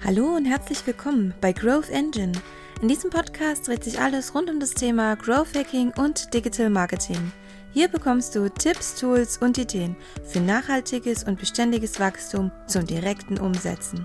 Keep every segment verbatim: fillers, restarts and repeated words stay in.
Hallo und herzlich willkommen bei Growth Engine. In diesem Podcast dreht sich alles rund um das Thema Growth Hacking und Digital Marketing. Hier bekommst du Tipps, Tools und Ideen für nachhaltiges und beständiges Wachstum zum direkten Umsetzen.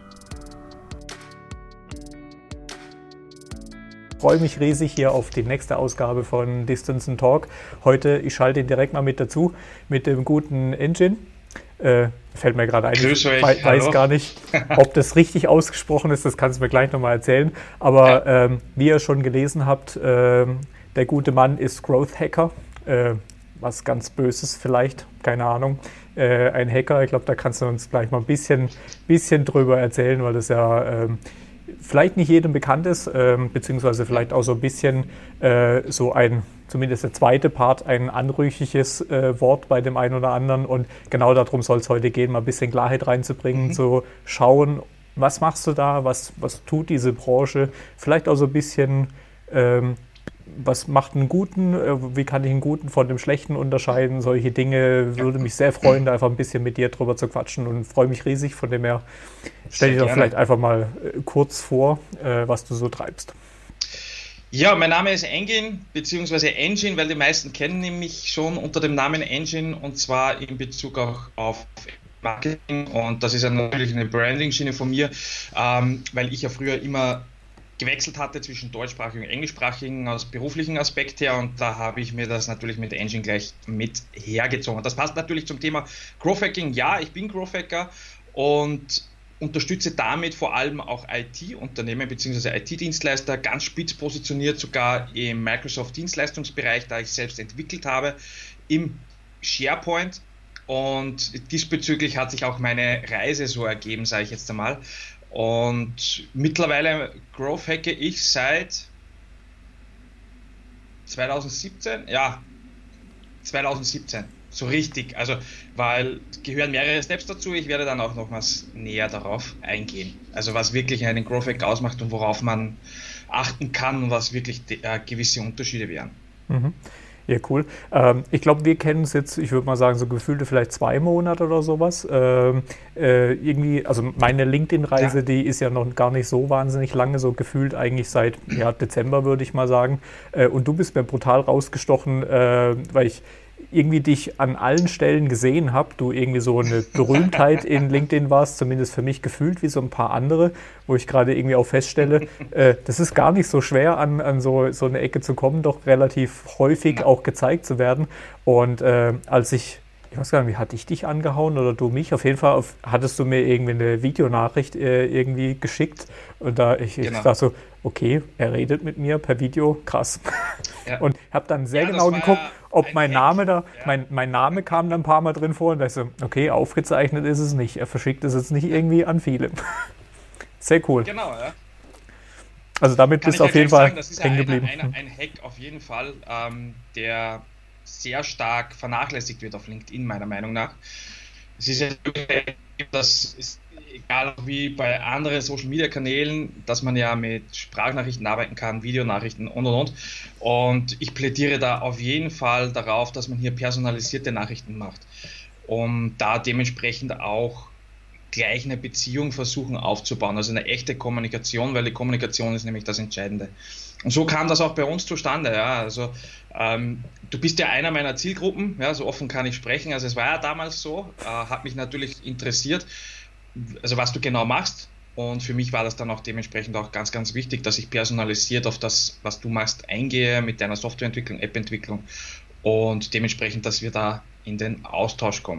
Ich freue mich riesig hier auf die nächste Ausgabe von Distance and Talk. Heute, ich schalte ihn direkt mal mit dazu, mit dem guten Engine. Äh, fällt mir gerade ein, Grüß ich euch, weiß hallo. gar nicht, ob das richtig ausgesprochen ist, das kannst du mir gleich nochmal erzählen. Aber ja. ähm, wie ihr schon gelesen habt, äh, der gute Mann ist Growth Hacker, äh, was ganz Böses vielleicht, keine Ahnung. Äh, ein Hacker, ich glaube, da kannst du uns gleich mal ein bisschen, bisschen drüber erzählen, weil das ja ähm, vielleicht nicht jedem bekannt ist, äh, beziehungsweise vielleicht auch so ein bisschen äh, so ein, zumindest der zweite Part, ein anrüchiges äh, Wort bei dem einen oder anderen. Und genau darum soll es heute gehen, mal ein bisschen Klarheit reinzubringen, mhm. zu schauen, was machst du da, was, was tut diese Branche, vielleicht auch so ein bisschen, ähm, was macht einen Guten, äh, wie kann ich einen Guten von dem Schlechten unterscheiden, solche Dinge. Würde mich sehr freuen, da einfach ein bisschen mit dir drüber zu quatschen und freue mich riesig, von dem her stell dir doch vielleicht einfach mal äh, kurz vor, äh, was du so treibst. Ja, mein Name ist Engin, beziehungsweise Engine, weil die meisten kennen mich schon unter dem Namen Engine, und zwar in Bezug auch auf Marketing, und das ist ja natürlich eine Branding-Schiene von mir, ähm, weil ich ja früher immer gewechselt hatte zwischen deutschsprachigen und englischsprachigen aus beruflichen Aspekt her, und da habe ich mir das natürlich mit Engine gleich mit hergezogen. Das passt natürlich zum Thema Growth Hacking. Ja, ich bin Growth Hacker und unterstütze damit vor allem auch I T-Unternehmen bzw. I T-Dienstleister, ganz spitz positioniert, sogar im Microsoft-Dienstleistungsbereich, da ich selbst entwickelt habe, im SharePoint, und diesbezüglich hat sich auch meine Reise so ergeben, sage ich jetzt einmal. Und mittlerweile Growth hacke ich seit zwanzig siebzehn, ja, zwanzig siebzehn, so richtig, also, weil gehören mehrere Steps dazu, ich werde dann auch nochmals näher darauf eingehen, also was wirklich einen Growth Hack ausmacht und worauf man achten kann und was wirklich äh, gewisse Unterschiede wären. Mhm. Ja, cool. Ähm, ich glaube, wir kennen es jetzt, ich würde mal sagen, so gefühlte vielleicht zwei Monate oder sowas. Ähm, äh, irgendwie, also meine LinkedIn-Reise, ja. die ist ja noch gar nicht so wahnsinnig lange, so gefühlt eigentlich seit ja, Dezember, würde ich mal sagen. Äh, und du bist mir brutal rausgestochen, äh, weil ich irgendwie dich an allen Stellen gesehen habe, du irgendwie so eine Berühmtheit in LinkedIn warst, zumindest für mich gefühlt wie so ein paar andere, wo ich gerade irgendwie auch feststelle, äh, das ist gar nicht so schwer, an, an so, so eine Ecke zu kommen, doch relativ häufig auch gezeigt zu werden. Und äh, als ich, ich weiß gar nicht, wie hatte ich dich angehauen oder du mich? Auf jeden Fall auf, hattest du mir irgendwie eine Videonachricht äh, irgendwie geschickt, und da ich, genau. ich dachte so, okay, er redet mit mir per Video, krass. Ja. Und habe dann sehr ja, genau geguckt, ob mein Name da, ja. mein, mein Name kam dann ein paar Mal drin vor, und da ich so, okay, aufgezeichnet ist es nicht, er verschickt es jetzt nicht irgendwie an viele. Sehr cool. Genau, ja. Also damit Kann bist du auf jeden Fall hängen geblieben. Ein, ein Hack auf jeden Fall, ähm, der sehr stark vernachlässigt wird auf LinkedIn, meiner Meinung nach. Es ist ja, das ist egal wie bei anderen Social-Media-Kanälen, dass man ja mit Sprachnachrichten arbeiten kann, Videonachrichten und und und. Und ich plädiere da auf jeden Fall darauf, dass man hier personalisierte Nachrichten macht, um da dementsprechend auch gleich eine Beziehung versuchen aufzubauen, also eine echte Kommunikation, weil die Kommunikation ist nämlich das Entscheidende. Und so kam das auch bei uns zustande. Ja. Also ähm, du bist ja einer meiner Zielgruppen, ja, so offen kann ich sprechen. Also es war ja damals so, äh, hat mich natürlich interessiert, also was du genau machst. Und für mich war das dann auch dementsprechend auch ganz, ganz wichtig, dass ich personalisiert auf das, was du machst, eingehe mit deiner Softwareentwicklung, App-Entwicklung, und dementsprechend, dass wir da in den Austausch kommen.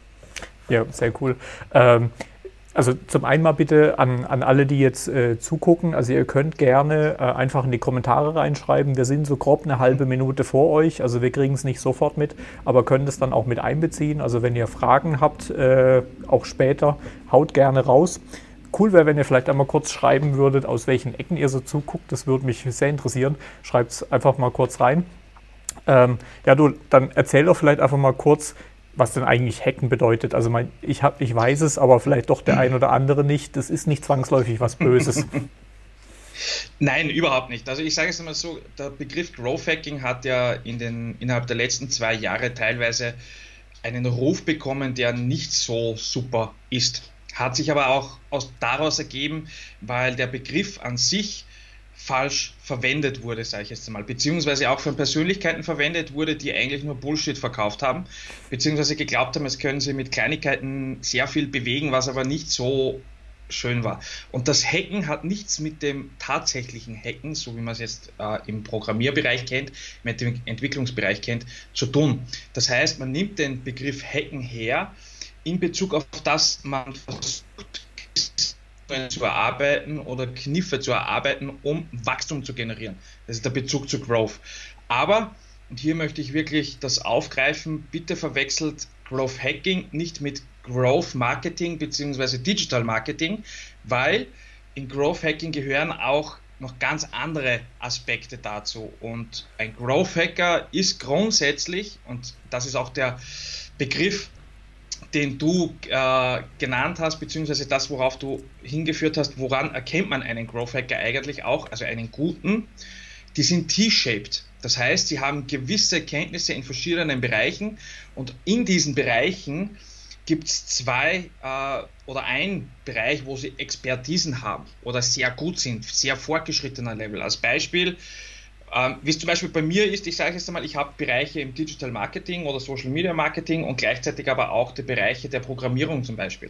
Ja, sehr cool. Ähm, also zum einen mal bitte an, an alle, die jetzt äh, zugucken, also ihr könnt gerne äh, einfach in die Kommentare reinschreiben. Wir sind so grob eine halbe Minute vor euch, also wir kriegen es nicht sofort mit, aber können es dann auch mit einbeziehen. Also wenn ihr Fragen habt, äh, auch später, haut gerne raus. Cool wäre, wenn ihr vielleicht einmal kurz schreiben würdet, aus welchen Ecken ihr so zuguckt. Das würde mich sehr interessieren. Schreibt es einfach mal kurz rein. Ähm, ja, du, dann erzähl doch vielleicht einfach mal kurz, was denn eigentlich Hacken bedeutet. Also mein, ich, hab, ich weiß es, aber vielleicht doch der ein oder andere nicht. Das ist nicht zwangsläufig was Böses. Nein, überhaupt nicht. Also ich sage es einmal so, der Begriff Growth Hacking hat ja in den, innerhalb der letzten zwei Jahre teilweise einen Ruf bekommen, der nicht so super ist. Hat sich aber auch aus, daraus ergeben, weil der Begriff an sich falsch verwendet wurde, sage ich jetzt mal, beziehungsweise auch von Persönlichkeiten verwendet wurde, die eigentlich nur Bullshit verkauft haben, beziehungsweise geglaubt haben, es können sie mit Kleinigkeiten sehr viel bewegen, was aber nicht so schön war. Und das Hacken hat nichts mit dem tatsächlichen Hacken, so wie man es jetzt äh, im Programmierbereich kennt, mit dem Entwicklungsbereich kennt, zu tun. Das heißt, man nimmt den Begriff Hacken her, in Bezug auf das man versucht zu erarbeiten oder Kniffe zu erarbeiten, um Wachstum zu generieren. Das ist der Bezug zu Growth. Aber, und hier möchte ich wirklich das aufgreifen, bitte verwechselt Growth Hacking nicht mit Growth Marketing bzw. Digital Marketing, weil in Growth Hacking gehören auch noch ganz andere Aspekte dazu. Und ein Growth Hacker ist grundsätzlich, und das ist auch der Begriff, den du äh, genannt hast, beziehungsweise das, worauf du hingeführt hast, woran erkennt man einen Growth Hacker eigentlich auch, also einen guten, die sind T-shaped. Das heißt, sie haben gewisse Kenntnisse in verschiedenen Bereichen und in diesen Bereichen gibt es zwei äh, oder ein Bereich, wo sie Expertisen haben oder sehr gut sind, sehr fortgeschrittener Level. Als Beispiel, Ähm, wie es zum Beispiel bei mir ist, ich sage jetzt einmal, ich habe Bereiche im Digital Marketing oder Social Media Marketing und gleichzeitig aber auch die Bereiche der Programmierung zum Beispiel.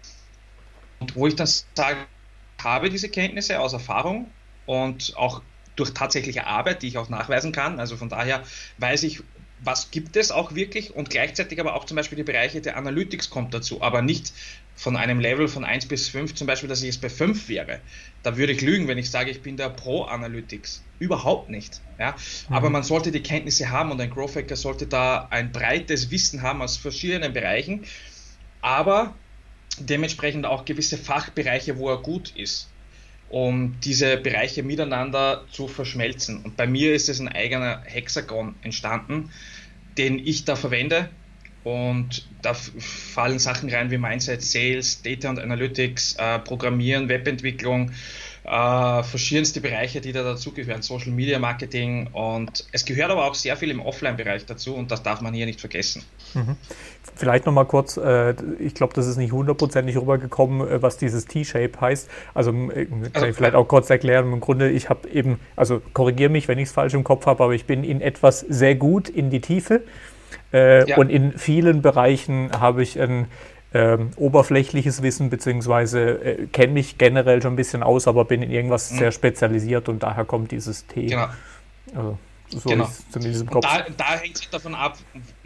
Und wo ich dann sage, ich habe diese Kenntnisse aus Erfahrung und auch durch tatsächliche Arbeit, die ich auch nachweisen kann, also von daher weiß ich, was gibt es auch wirklich und gleichzeitig aber auch zum Beispiel die Bereiche der Analytics kommt dazu, aber nicht von einem Level von eins bis fünf zum Beispiel, dass ich jetzt bei fünf wäre. Da würde ich lügen, wenn ich sage, ich bin der Pro-Analytics. Überhaupt nicht. Ja? Mhm. Aber man sollte die Kenntnisse haben und ein Growth Hacker sollte da ein breites Wissen haben aus verschiedenen Bereichen, aber dementsprechend auch gewisse Fachbereiche, wo er gut ist, um diese Bereiche miteinander zu verschmelzen. Und bei mir ist es ein eigener Hexagon entstanden, den ich da verwende. Und da fallen Sachen rein wie Mindset, Sales, Data und Analytics, äh, Programmieren, Webentwicklung, äh, verschiedenste Bereiche, die da dazugehören, Social Media Marketing, und es gehört aber auch sehr viel im Offline-Bereich dazu und das darf man hier nicht vergessen. Mhm. Vielleicht nochmal kurz, äh, ich glaube, das ist nicht hundertprozentig rübergekommen, äh, was dieses T-Shape heißt. Also äh, kann also, ich vielleicht auch kurz erklären. Im Grunde, ich habe eben, also korrigiere mich, wenn ich es falsch im Kopf habe, aber ich bin in etwas sehr gut in die Tiefe. Äh, ja. Und in vielen Bereichen habe ich ein ähm, oberflächliches Wissen, beziehungsweise äh, kenne mich generell schon ein bisschen aus, aber bin in irgendwas mhm. sehr spezialisiert und daher kommt dieses T. Genau. Also, so genau. ist zumindest im Kopf. Da, da hängt es davon ab,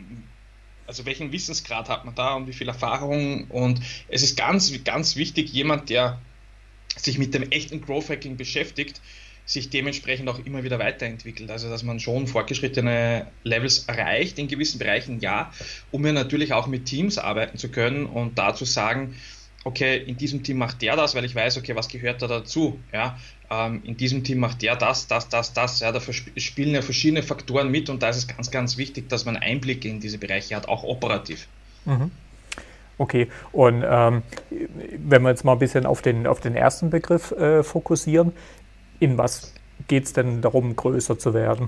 also welchen Wissensgrad hat man da und wie viel Erfahrung, und es ist ganz, ganz wichtig, jemand, der sich mit dem echten Growth Hacking beschäftigt, sich dementsprechend auch immer wieder weiterentwickelt. Also dass man schon fortgeschrittene Levels erreicht in gewissen Bereichen, ja, um ja natürlich auch mit Teams arbeiten zu können und da zu sagen, okay, in diesem Team macht der das, weil ich weiß, okay, was gehört da dazu? Ja, ähm, in diesem Team macht der das, das, das, das. Ja, da spielen ja verschiedene Faktoren mit und da ist es ganz, ganz wichtig, dass man Einblicke in diese Bereiche hat, auch operativ. Mhm. Okay, und ähm, wenn wir jetzt mal ein bisschen auf den, auf den ersten Begriff äh, fokussieren, in was geht es denn darum, größer zu werden?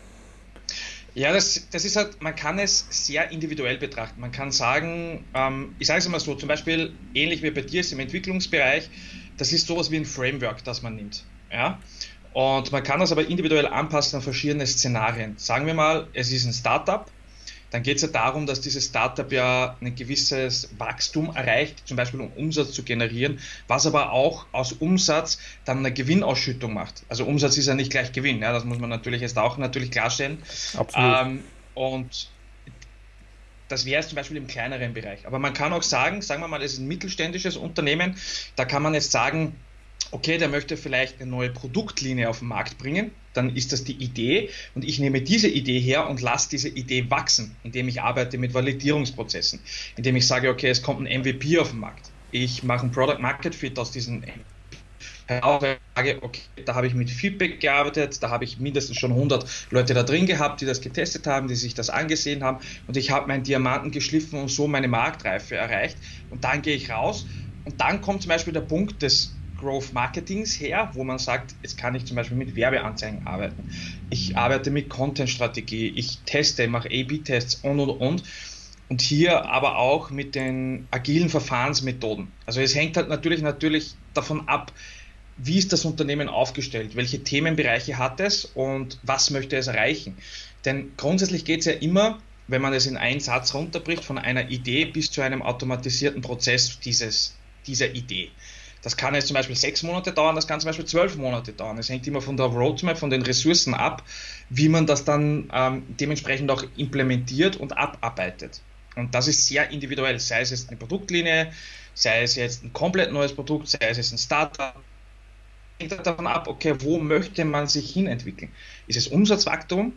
Ja, das, das ist halt, man kann es sehr individuell betrachten. Man kann sagen, ähm, ich sage es mal so, zum Beispiel ähnlich wie bei dir ist im Entwicklungsbereich, das ist sowas wie ein Framework, das man nimmt. Ja? Und man kann das aber individuell anpassen an verschiedene Szenarien. Sagen wir mal, es ist ein Startup. Dann geht es ja darum, dass dieses Startup ja ein gewisses Wachstum erreicht, zum Beispiel um Umsatz zu generieren, was aber auch aus Umsatz dann eine Gewinnausschüttung macht. Also Umsatz ist ja nicht gleich Gewinn, ja, das muss man natürlich jetzt auch natürlich klarstellen. Absolut. Ähm, und das wäre jetzt zum Beispiel im kleineren Bereich. Aber man kann auch sagen, sagen wir mal, es ist ein mittelständisches Unternehmen, da kann man jetzt sagen, okay, der möchte vielleicht eine neue Produktlinie auf den Markt bringen, dann ist das die Idee und ich nehme diese Idee her und lasse diese Idee wachsen, indem ich arbeite mit Validierungsprozessen, indem ich sage, okay, es kommt ein M V P auf den Markt. Ich mache ein Product Market Fit aus diesen heraus, sage, okay, da habe ich mit Feedback gearbeitet, da habe ich mindestens schon hundert Leute da drin gehabt, die das getestet haben, die sich das angesehen haben und ich habe meinen Diamanten geschliffen und so meine Marktreife erreicht und dann gehe ich raus und dann kommt zum Beispiel der Punkt des Growth Marketings her, wo man sagt, jetzt kann ich zum Beispiel mit Werbeanzeigen arbeiten. Ich arbeite mit Content-Strategie, ich teste, mache A B Tests und und und. und hier aber auch mit den agilen Verfahrensmethoden. Also es hängt halt natürlich, natürlich davon ab, wie ist das Unternehmen aufgestellt, welche Themenbereiche hat es und was möchte es erreichen. Denn grundsätzlich geht es ja immer, wenn man es in einen Satz runterbricht, von einer Idee bis zu einem automatisierten Prozess dieses, dieser Idee. Das kann jetzt zum Beispiel sechs Monate dauern, das kann zum Beispiel zwölf Monate dauern. Es hängt immer von der Roadmap, von den Ressourcen ab, wie man das dann ähm, dementsprechend auch implementiert und abarbeitet. Und das ist sehr individuell, sei es jetzt eine Produktlinie, sei es jetzt ein komplett neues Produkt, sei es jetzt ein Startup. Hängt davon ab, okay, wo möchte man sich hin entwickeln? Ist es Umsatzwachstum?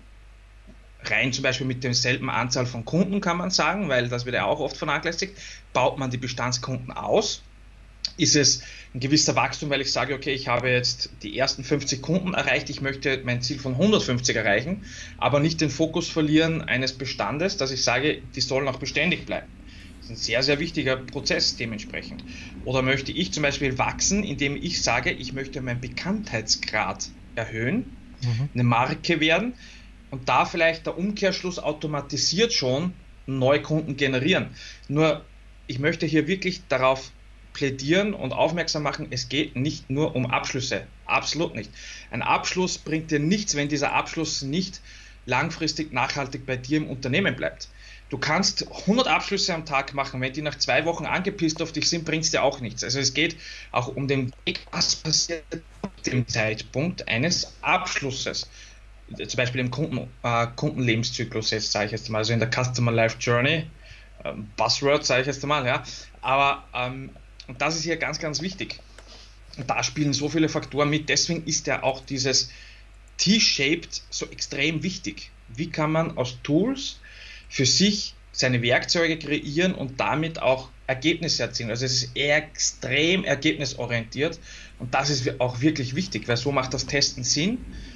Rein zum Beispiel mit derselben Anzahl von Kunden kann man sagen, weil das wird ja auch oft vernachlässigt. Baut man die Bestandskunden aus? Ist es ein gewisser Wachstum, weil ich sage, okay, ich habe jetzt die ersten fünfzig Kunden erreicht, ich möchte mein Ziel von hundertfünfzig erreichen, aber nicht den Fokus verlieren eines Bestandes, dass ich sage, die sollen auch beständig bleiben. Das ist ein sehr, sehr wichtiger Prozess dementsprechend. Oder möchte ich zum Beispiel wachsen, indem ich sage, ich möchte meinen Bekanntheitsgrad erhöhen, mhm. eine Marke werden und da vielleicht der Umkehrschluss automatisiert schon neue Kunden generieren. Nur, ich möchte hier wirklich darauf plädieren und aufmerksam machen, es geht nicht nur um Abschlüsse. Absolut nicht. Ein Abschluss bringt dir nichts, wenn dieser Abschluss nicht langfristig nachhaltig bei dir im Unternehmen bleibt. Du kannst hundert Abschlüsse am Tag machen, wenn die nach zwei Wochen angepisst auf dich sind, bringt es dir auch nichts. Also es geht auch um den Weg, was passiert ab dem Zeitpunkt eines Abschlusses. Zum Beispiel im Kunden, äh, Kundenlebenszyklus, jetzt sage ich jetzt mal, also in der Customer Life Journey, ähm, Buzzword sage ich jetzt mal, ja, aber ähm, und das ist hier ganz, ganz wichtig. Und da spielen so viele Faktoren mit, deswegen ist ja auch dieses T-Shaped so extrem wichtig. Wie kann man aus Tools für sich seine Werkzeuge kreieren und damit auch Ergebnisse erzielen. Also es ist extrem ergebnisorientiert und das ist auch wirklich wichtig, weil so macht das Testen Sinn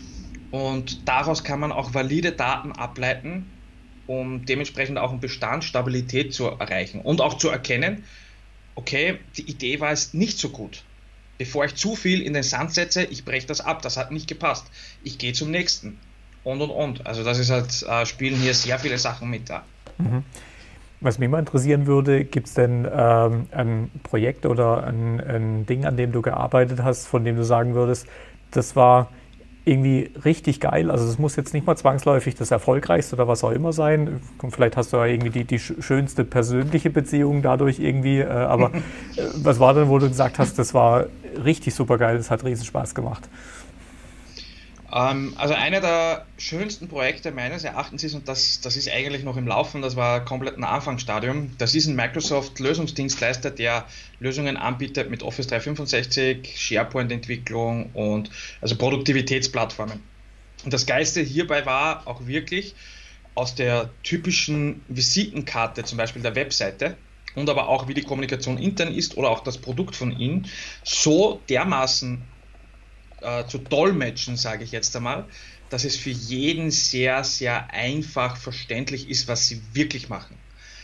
und daraus kann man auch valide Daten ableiten, um dementsprechend auch einen Bestand Stabilität zu erreichen und auch zu erkennen, okay, die Idee war jetzt nicht so gut. Bevor ich zu viel in den Sand setze, ich breche das ab, das hat nicht gepasst. Ich gehe zum nächsten. Und, und, und. Also das ist halt, äh, spielen hier sehr viele Sachen mit da. Mhm. Was mich mal interessieren würde, gibt es denn ähm, ein Projekt oder ein, ein Ding, an dem du gearbeitet hast, von dem du sagen würdest, das war irgendwie richtig geil, also es muss jetzt nicht mal zwangsläufig das Erfolgreichste oder was auch immer sein, vielleicht hast du ja irgendwie die, die schönste persönliche Beziehung dadurch irgendwie, äh, aber äh, was war denn, wo du gesagt hast, das war richtig super geil, das hat riesen Spaß gemacht? Ähm, also einer der schönsten Projekte meines Erachtens ist, und das, das ist eigentlich noch im Laufen, das war komplett ein Anfangsstadium, das ist ein Microsoft-Lösungsdienstleister, der Lösungen anbietet mit Office dreihundertfünfundsechzig, SharePoint-Entwicklung und also Produktivitätsplattformen. Und das Geilste hierbei war auch wirklich aus der typischen Visitenkarte, zum Beispiel der Webseite, und aber auch wie die Kommunikation intern ist oder auch das Produkt von ihnen, so dermaßen äh, zu dolmetschen, sage ich jetzt einmal, dass es für jeden sehr, sehr einfach verständlich ist, was sie wirklich machen.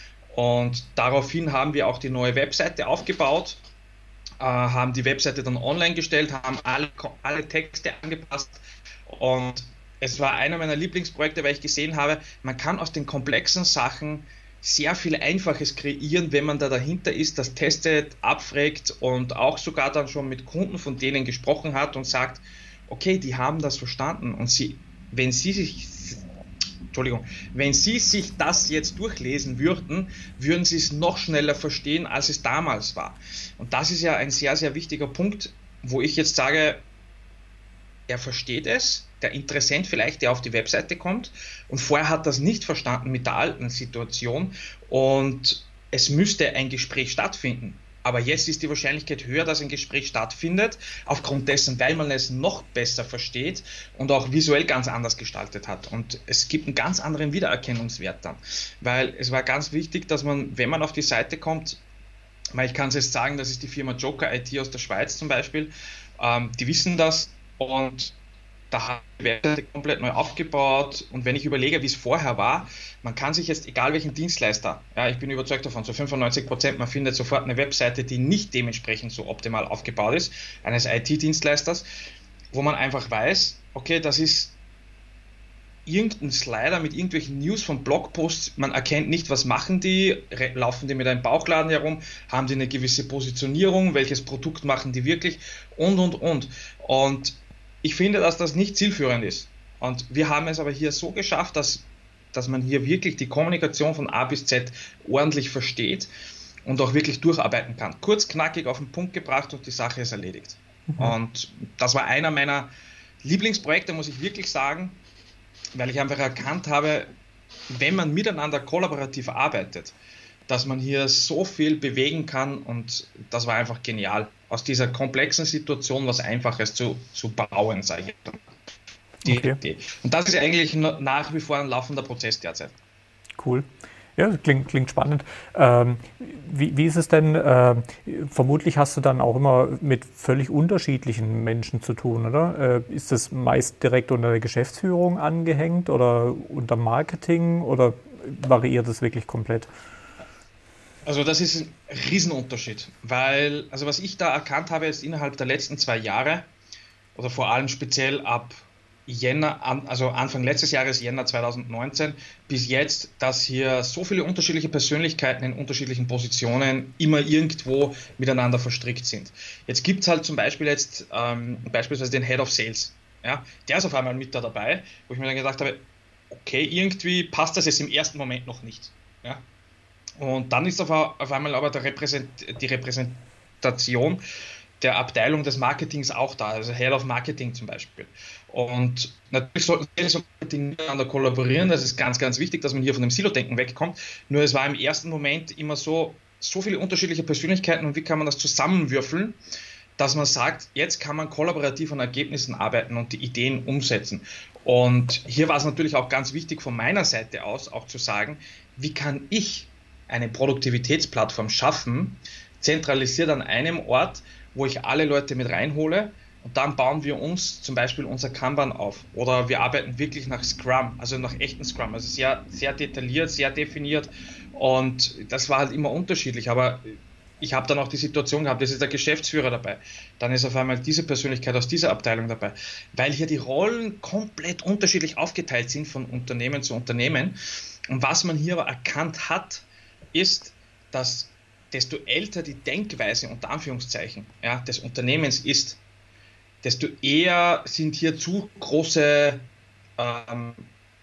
Und daraufhin haben wir auch die neue Webseite aufgebaut, äh, haben die Webseite dann online gestellt, haben alle, alle Texte angepasst und es war einer meiner Lieblingsprojekte, weil ich gesehen habe, man kann aus den komplexen Sachen sehr viel Einfaches kreieren, wenn man da dahinter ist, das testet, abfragt und auch sogar dann schon mit Kunden von denen gesprochen hat und sagt, okay, die haben das verstanden und sie, wenn sie sich, Entschuldigung, wenn sie sich das jetzt durchlesen würden, würden sie es noch schneller verstehen, als es damals war. Und das ist ja ein sehr, sehr wichtiger Punkt, wo ich jetzt sage, er versteht es, der Interessent vielleicht, der auf die Webseite kommt und vorher hat das nicht verstanden mit der alten Situation und es müsste ein Gespräch stattfinden. Aber jetzt ist die Wahrscheinlichkeit höher, dass ein Gespräch stattfindet, aufgrund dessen, weil man es noch besser versteht und auch visuell ganz anders gestaltet hat. Und es gibt einen ganz anderen Wiedererkennungswert dann. Weil es war ganz wichtig, dass man, wenn man auf die Seite kommt, weil ich kann es jetzt sagen, das ist die Firma Joker I T aus der Schweiz zum Beispiel, ähm, die wissen das und da hat die Webseite komplett neu aufgebaut und wenn ich überlege, wie es vorher war, man kann sich jetzt, egal welchen Dienstleister, ja, ich bin überzeugt davon, zu fünfundneunzig Prozent, man findet sofort eine Webseite, die nicht dementsprechend so optimal aufgebaut ist, eines I T-Dienstleisters, wo man einfach weiß, okay, das ist irgendein Slider mit irgendwelchen News von Blogposts, man erkennt nicht, was machen die, laufen die mit einem Bauchladen herum, haben die eine gewisse Positionierung, welches Produkt machen die wirklich und, und, und. Und ich finde, dass das nicht zielführend ist. Und wir haben es aber hier so geschafft, dass, dass man hier wirklich die Kommunikation von A bis Z ordentlich versteht und auch wirklich durcharbeiten kann. Kurz, knackig auf den Punkt gebracht und die Sache ist erledigt. Mhm. Und das war einer meiner Lieblingsprojekte, muss ich wirklich sagen, weil ich einfach erkannt habe, wenn man miteinander kollaborativ arbeitet, dass man hier so viel bewegen kann und das war einfach genial, aus dieser komplexen Situation was Einfaches zu, zu bauen, sage ich. Die okay. Idee. Und das ist eigentlich nach wie vor ein laufender Prozess derzeit. Cool. Ja, klingt, klingt spannend. Ähm, wie, wie ist es denn, äh, vermutlich hast du dann auch immer mit völlig unterschiedlichen Menschen zu tun, oder? Äh, ist das meist direkt unter der Geschäftsführung angehängt oder unter Marketing oder variiert es wirklich komplett? Also das ist ein Riesenunterschied, weil, also was ich da erkannt habe jetzt innerhalb der letzten zwei Jahre oder vor allem speziell ab Jänner, also Anfang letztes Jahres, Jänner zwanzig neunzehn, bis jetzt, dass hier so viele unterschiedliche Persönlichkeiten in unterschiedlichen Positionen immer irgendwo miteinander verstrickt sind. Jetzt gibt es halt zum Beispiel jetzt ähm, beispielsweise den Head of Sales. Ja? Der ist auf einmal mit da dabei, wo ich mir dann gedacht habe, okay, irgendwie passt das jetzt im ersten Moment noch nicht. Ja? Und dann ist auf, auf einmal aber der Repräsent, die Repräsentation der Abteilung des Marketings auch da, also Head of Marketing zum Beispiel. Und natürlich sollten Sales und Marketing miteinander kollaborieren, das ist ganz, ganz wichtig, dass man hier von dem Silo-Denken wegkommt. Nur es war im ersten Moment immer so, so viele unterschiedliche Persönlichkeiten und wie kann man das zusammenwürfeln, dass man sagt, jetzt kann man kollaborativ an Ergebnissen arbeiten und die Ideen umsetzen. Und hier war es natürlich auch ganz wichtig von meiner Seite aus auch zu sagen, wie kann ich eine Produktivitätsplattform schaffen, zentralisiert an einem Ort, wo ich alle Leute mit reinhole und dann bauen wir uns zum Beispiel unser Kanban auf oder wir arbeiten wirklich nach Scrum, also nach echten Scrum, also sehr, sehr detailliert, sehr definiert und das war halt immer unterschiedlich, aber ich habe dann auch die Situation gehabt, jetzt ist der Geschäftsführer dabei, dann ist auf einmal diese Persönlichkeit aus dieser Abteilung dabei, weil hier die Rollen komplett unterschiedlich aufgeteilt sind von Unternehmen zu Unternehmen und was man hier aber erkannt hat, ist, dass desto älter die Denkweise unter Anführungszeichen ja, des Unternehmens ist, desto eher sind hier zu große, ähm,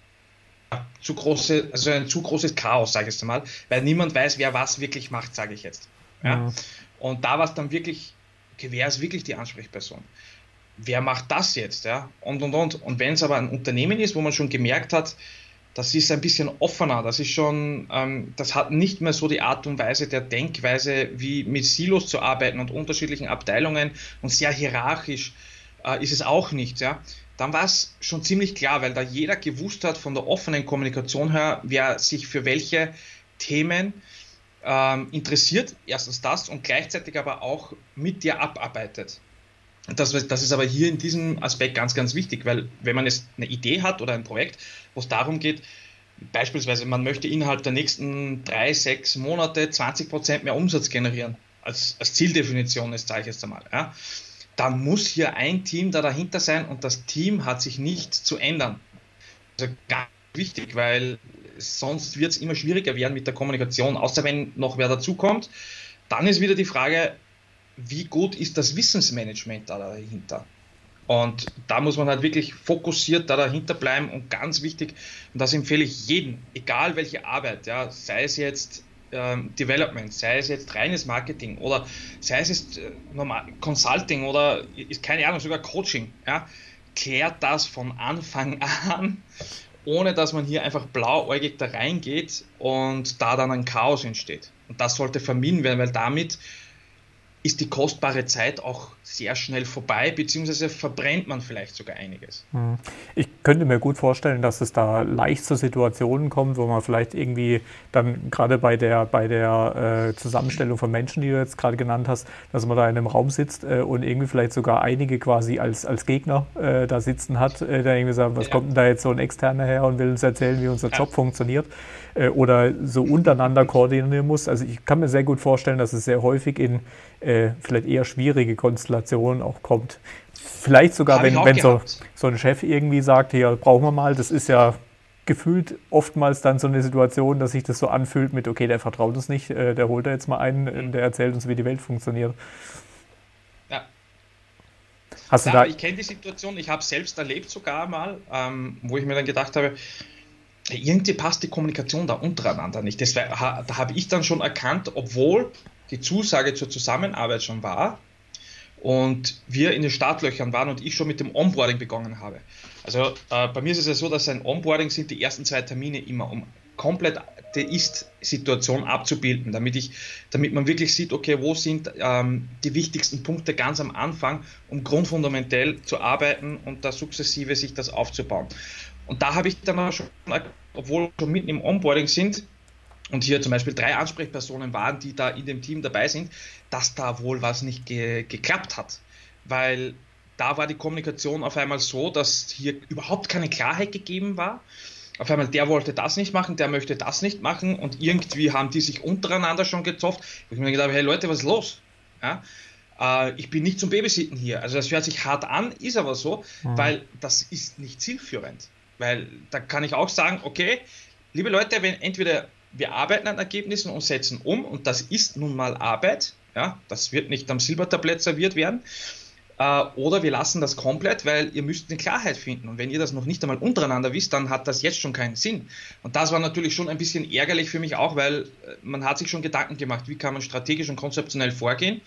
zu große, also ein zu großes Chaos, sage ich jetzt mal, weil niemand weiß, wer was wirklich macht, sage ich jetzt. Ja? Mhm. Und da war es dann wirklich, okay, wer ist wirklich die Ansprechperson? Wer macht das jetzt? Ja? Und, und, und. Und wenn es aber ein Unternehmen ist, wo man schon gemerkt hat, das ist ein bisschen offener, das ist schon, ähm, das hat nicht mehr so die Art und Weise der Denkweise, wie mit Silos zu arbeiten und unterschiedlichen Abteilungen und sehr hierarchisch äh, ist es auch nicht, ja. Dann war es schon ziemlich klar, weil da jeder gewusst hat von der offenen Kommunikation her, wer sich für welche Themen ähm, interessiert, erstens das und gleichzeitig aber auch mit dir abarbeitet. Das, das ist aber hier in diesem Aspekt ganz, ganz wichtig, weil wenn man jetzt eine Idee hat oder ein Projekt, wo es darum geht, beispielsweise man möchte innerhalb der nächsten drei, sechs Monate zwanzig Prozent mehr Umsatz generieren, als, als Zieldefinition, das zeige ich jetzt einmal, ja, dann muss hier ein Team da dahinter sein und das Team hat sich nicht zu ändern. Also ganz wichtig, weil sonst wird es immer schwieriger werden mit der Kommunikation, außer wenn noch wer dazukommt. Dann ist wieder die Frage, wie gut ist das Wissensmanagement da dahinter? Und da muss man halt wirklich fokussiert da dahinter bleiben und ganz wichtig, und das empfehle ich jedem, egal welche Arbeit, ja, sei es jetzt ähm, Development, sei es jetzt reines Marketing oder sei es jetzt äh, normal Consulting oder ist keine Ahnung, sogar Coaching, ja, klärt das von Anfang an, ohne dass man hier einfach blauäugig da reingeht und da dann ein Chaos entsteht. Und das sollte vermieden werden, weil damit ist die kostbare Zeit auch sehr schnell vorbei, beziehungsweise verbrennt man vielleicht sogar einiges. Ich könnte mir gut vorstellen, dass es da leicht zu Situationen kommt, wo man vielleicht irgendwie dann gerade bei der, bei der äh, Zusammenstellung von Menschen, die du jetzt gerade genannt hast, dass man da in einem Raum sitzt äh, und irgendwie vielleicht sogar einige quasi als, als Gegner äh, da sitzen hat, äh, da irgendwie sagen, was ja. kommt denn da jetzt so ein Externer her und will uns erzählen, wie unser ja. Job funktioniert äh, oder so untereinander koordinieren muss. Also ich kann mir sehr gut vorstellen, dass es sehr häufig in äh, vielleicht eher schwierige Konstellationen auch kommt. Vielleicht sogar, Habe wenn, ich auch wenn so, gehabt. so ein Chef irgendwie sagt, hier brauchen wir mal, das ist ja gefühlt oftmals dann so eine Situation, dass sich das so anfühlt mit, okay, der vertraut uns nicht, äh, der holt da jetzt mal einen, äh, der erzählt uns, wie die Welt funktioniert. Ja. Hast du Ja, da... ich kenne die Situation, ich habe selbst erlebt sogar mal, ähm, wo ich mir dann gedacht habe, irgendwie passt die Kommunikation da untereinander nicht. Das war, ha, da habe ich dann schon erkannt, obwohl die Zusage zur Zusammenarbeit schon war und wir in den Startlöchern waren und ich schon mit dem Onboarding begonnen habe. Also äh, bei mir ist es ja so, dass ein Onboarding sind die ersten zwei Termine immer, um komplett die Ist-Situation abzubilden, damit ich, damit man wirklich sieht, okay, wo sind ähm, die wichtigsten Punkte ganz am Anfang, um grundfundamentell zu arbeiten und da sukzessive sich das aufzubauen. Und da habe ich dann auch schon, obwohl wir schon mitten im Onboarding sind und hier zum Beispiel drei Ansprechpersonen waren, die da in dem Team dabei sind, dass da wohl was nicht ge- geklappt hat. Weil da war die Kommunikation auf einmal so, dass hier überhaupt keine Klarheit gegeben war. Auf einmal, der wollte das nicht machen, der möchte das nicht machen und irgendwie haben die sich untereinander schon gezofft. Wo ich mir gedacht habe, hey Leute, was ist los? Ja? Äh, ich bin nicht zum Babysitten hier. Also das hört sich hart an, ist aber so, mhm. weil das ist nicht zielführend. Weil da kann ich auch sagen, okay, liebe Leute, wenn entweder wir arbeiten an Ergebnissen und setzen um und das ist nun mal Arbeit, ja, das wird nicht am Silbertablett serviert werden, äh, oder wir lassen das komplett, weil ihr müsst eine Klarheit finden und wenn ihr das noch nicht einmal untereinander wisst, dann hat das jetzt schon keinen Sinn. Und das war natürlich schon ein bisschen ärgerlich für mich auch, weil man hat sich schon Gedanken gemacht, wie kann man strategisch und konzeptionell vorgehen.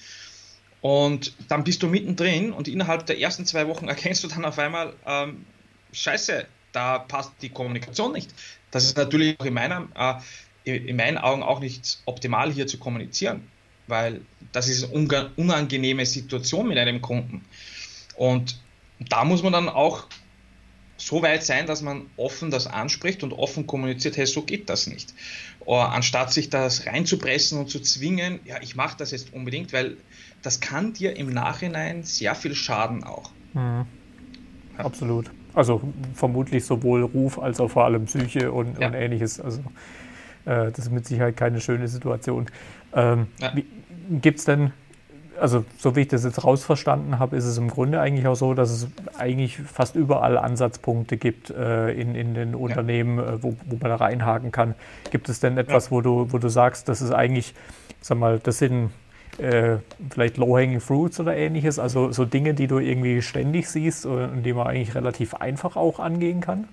Und dann bist du mittendrin und innerhalb der ersten zwei Wochen erkennst du dann auf einmal, ähm, scheiße, da passt die Kommunikation nicht. Das ist natürlich auch in, meiner, äh, in meinen Augen auch nicht optimal hier zu kommunizieren, weil das ist eine unangenehme Situation mit einem Kunden. Und da muss man dann auch so weit sein, dass man offen das anspricht und offen kommuniziert, hey, so geht das nicht. Oder anstatt sich das reinzupressen und zu zwingen, ja, ich mache das jetzt unbedingt, weil das kann dir im Nachhinein sehr viel schaden auch. Mhm. Ja. Absolut. Also vermutlich sowohl Ruf als auch vor allem Psyche und, ja. und Ähnliches. Also äh, das ist mit Sicherheit keine schöne Situation. Ähm, ja. Gibt es denn, also so wie ich das jetzt rausverstanden habe, ist es im Grunde eigentlich auch so, dass es eigentlich fast überall Ansatzpunkte gibt äh, in, in den Unternehmen, ja. äh, wo, wo man da reinhaken kann. Gibt es denn etwas, ja. wo du, wo du sagst, das ist eigentlich, sag mal, das sind Äh, vielleicht Low-Hanging Fruits oder Ähnliches, also so Dinge, die du irgendwie ständig siehst und die man eigentlich relativ einfach auch angehen kann?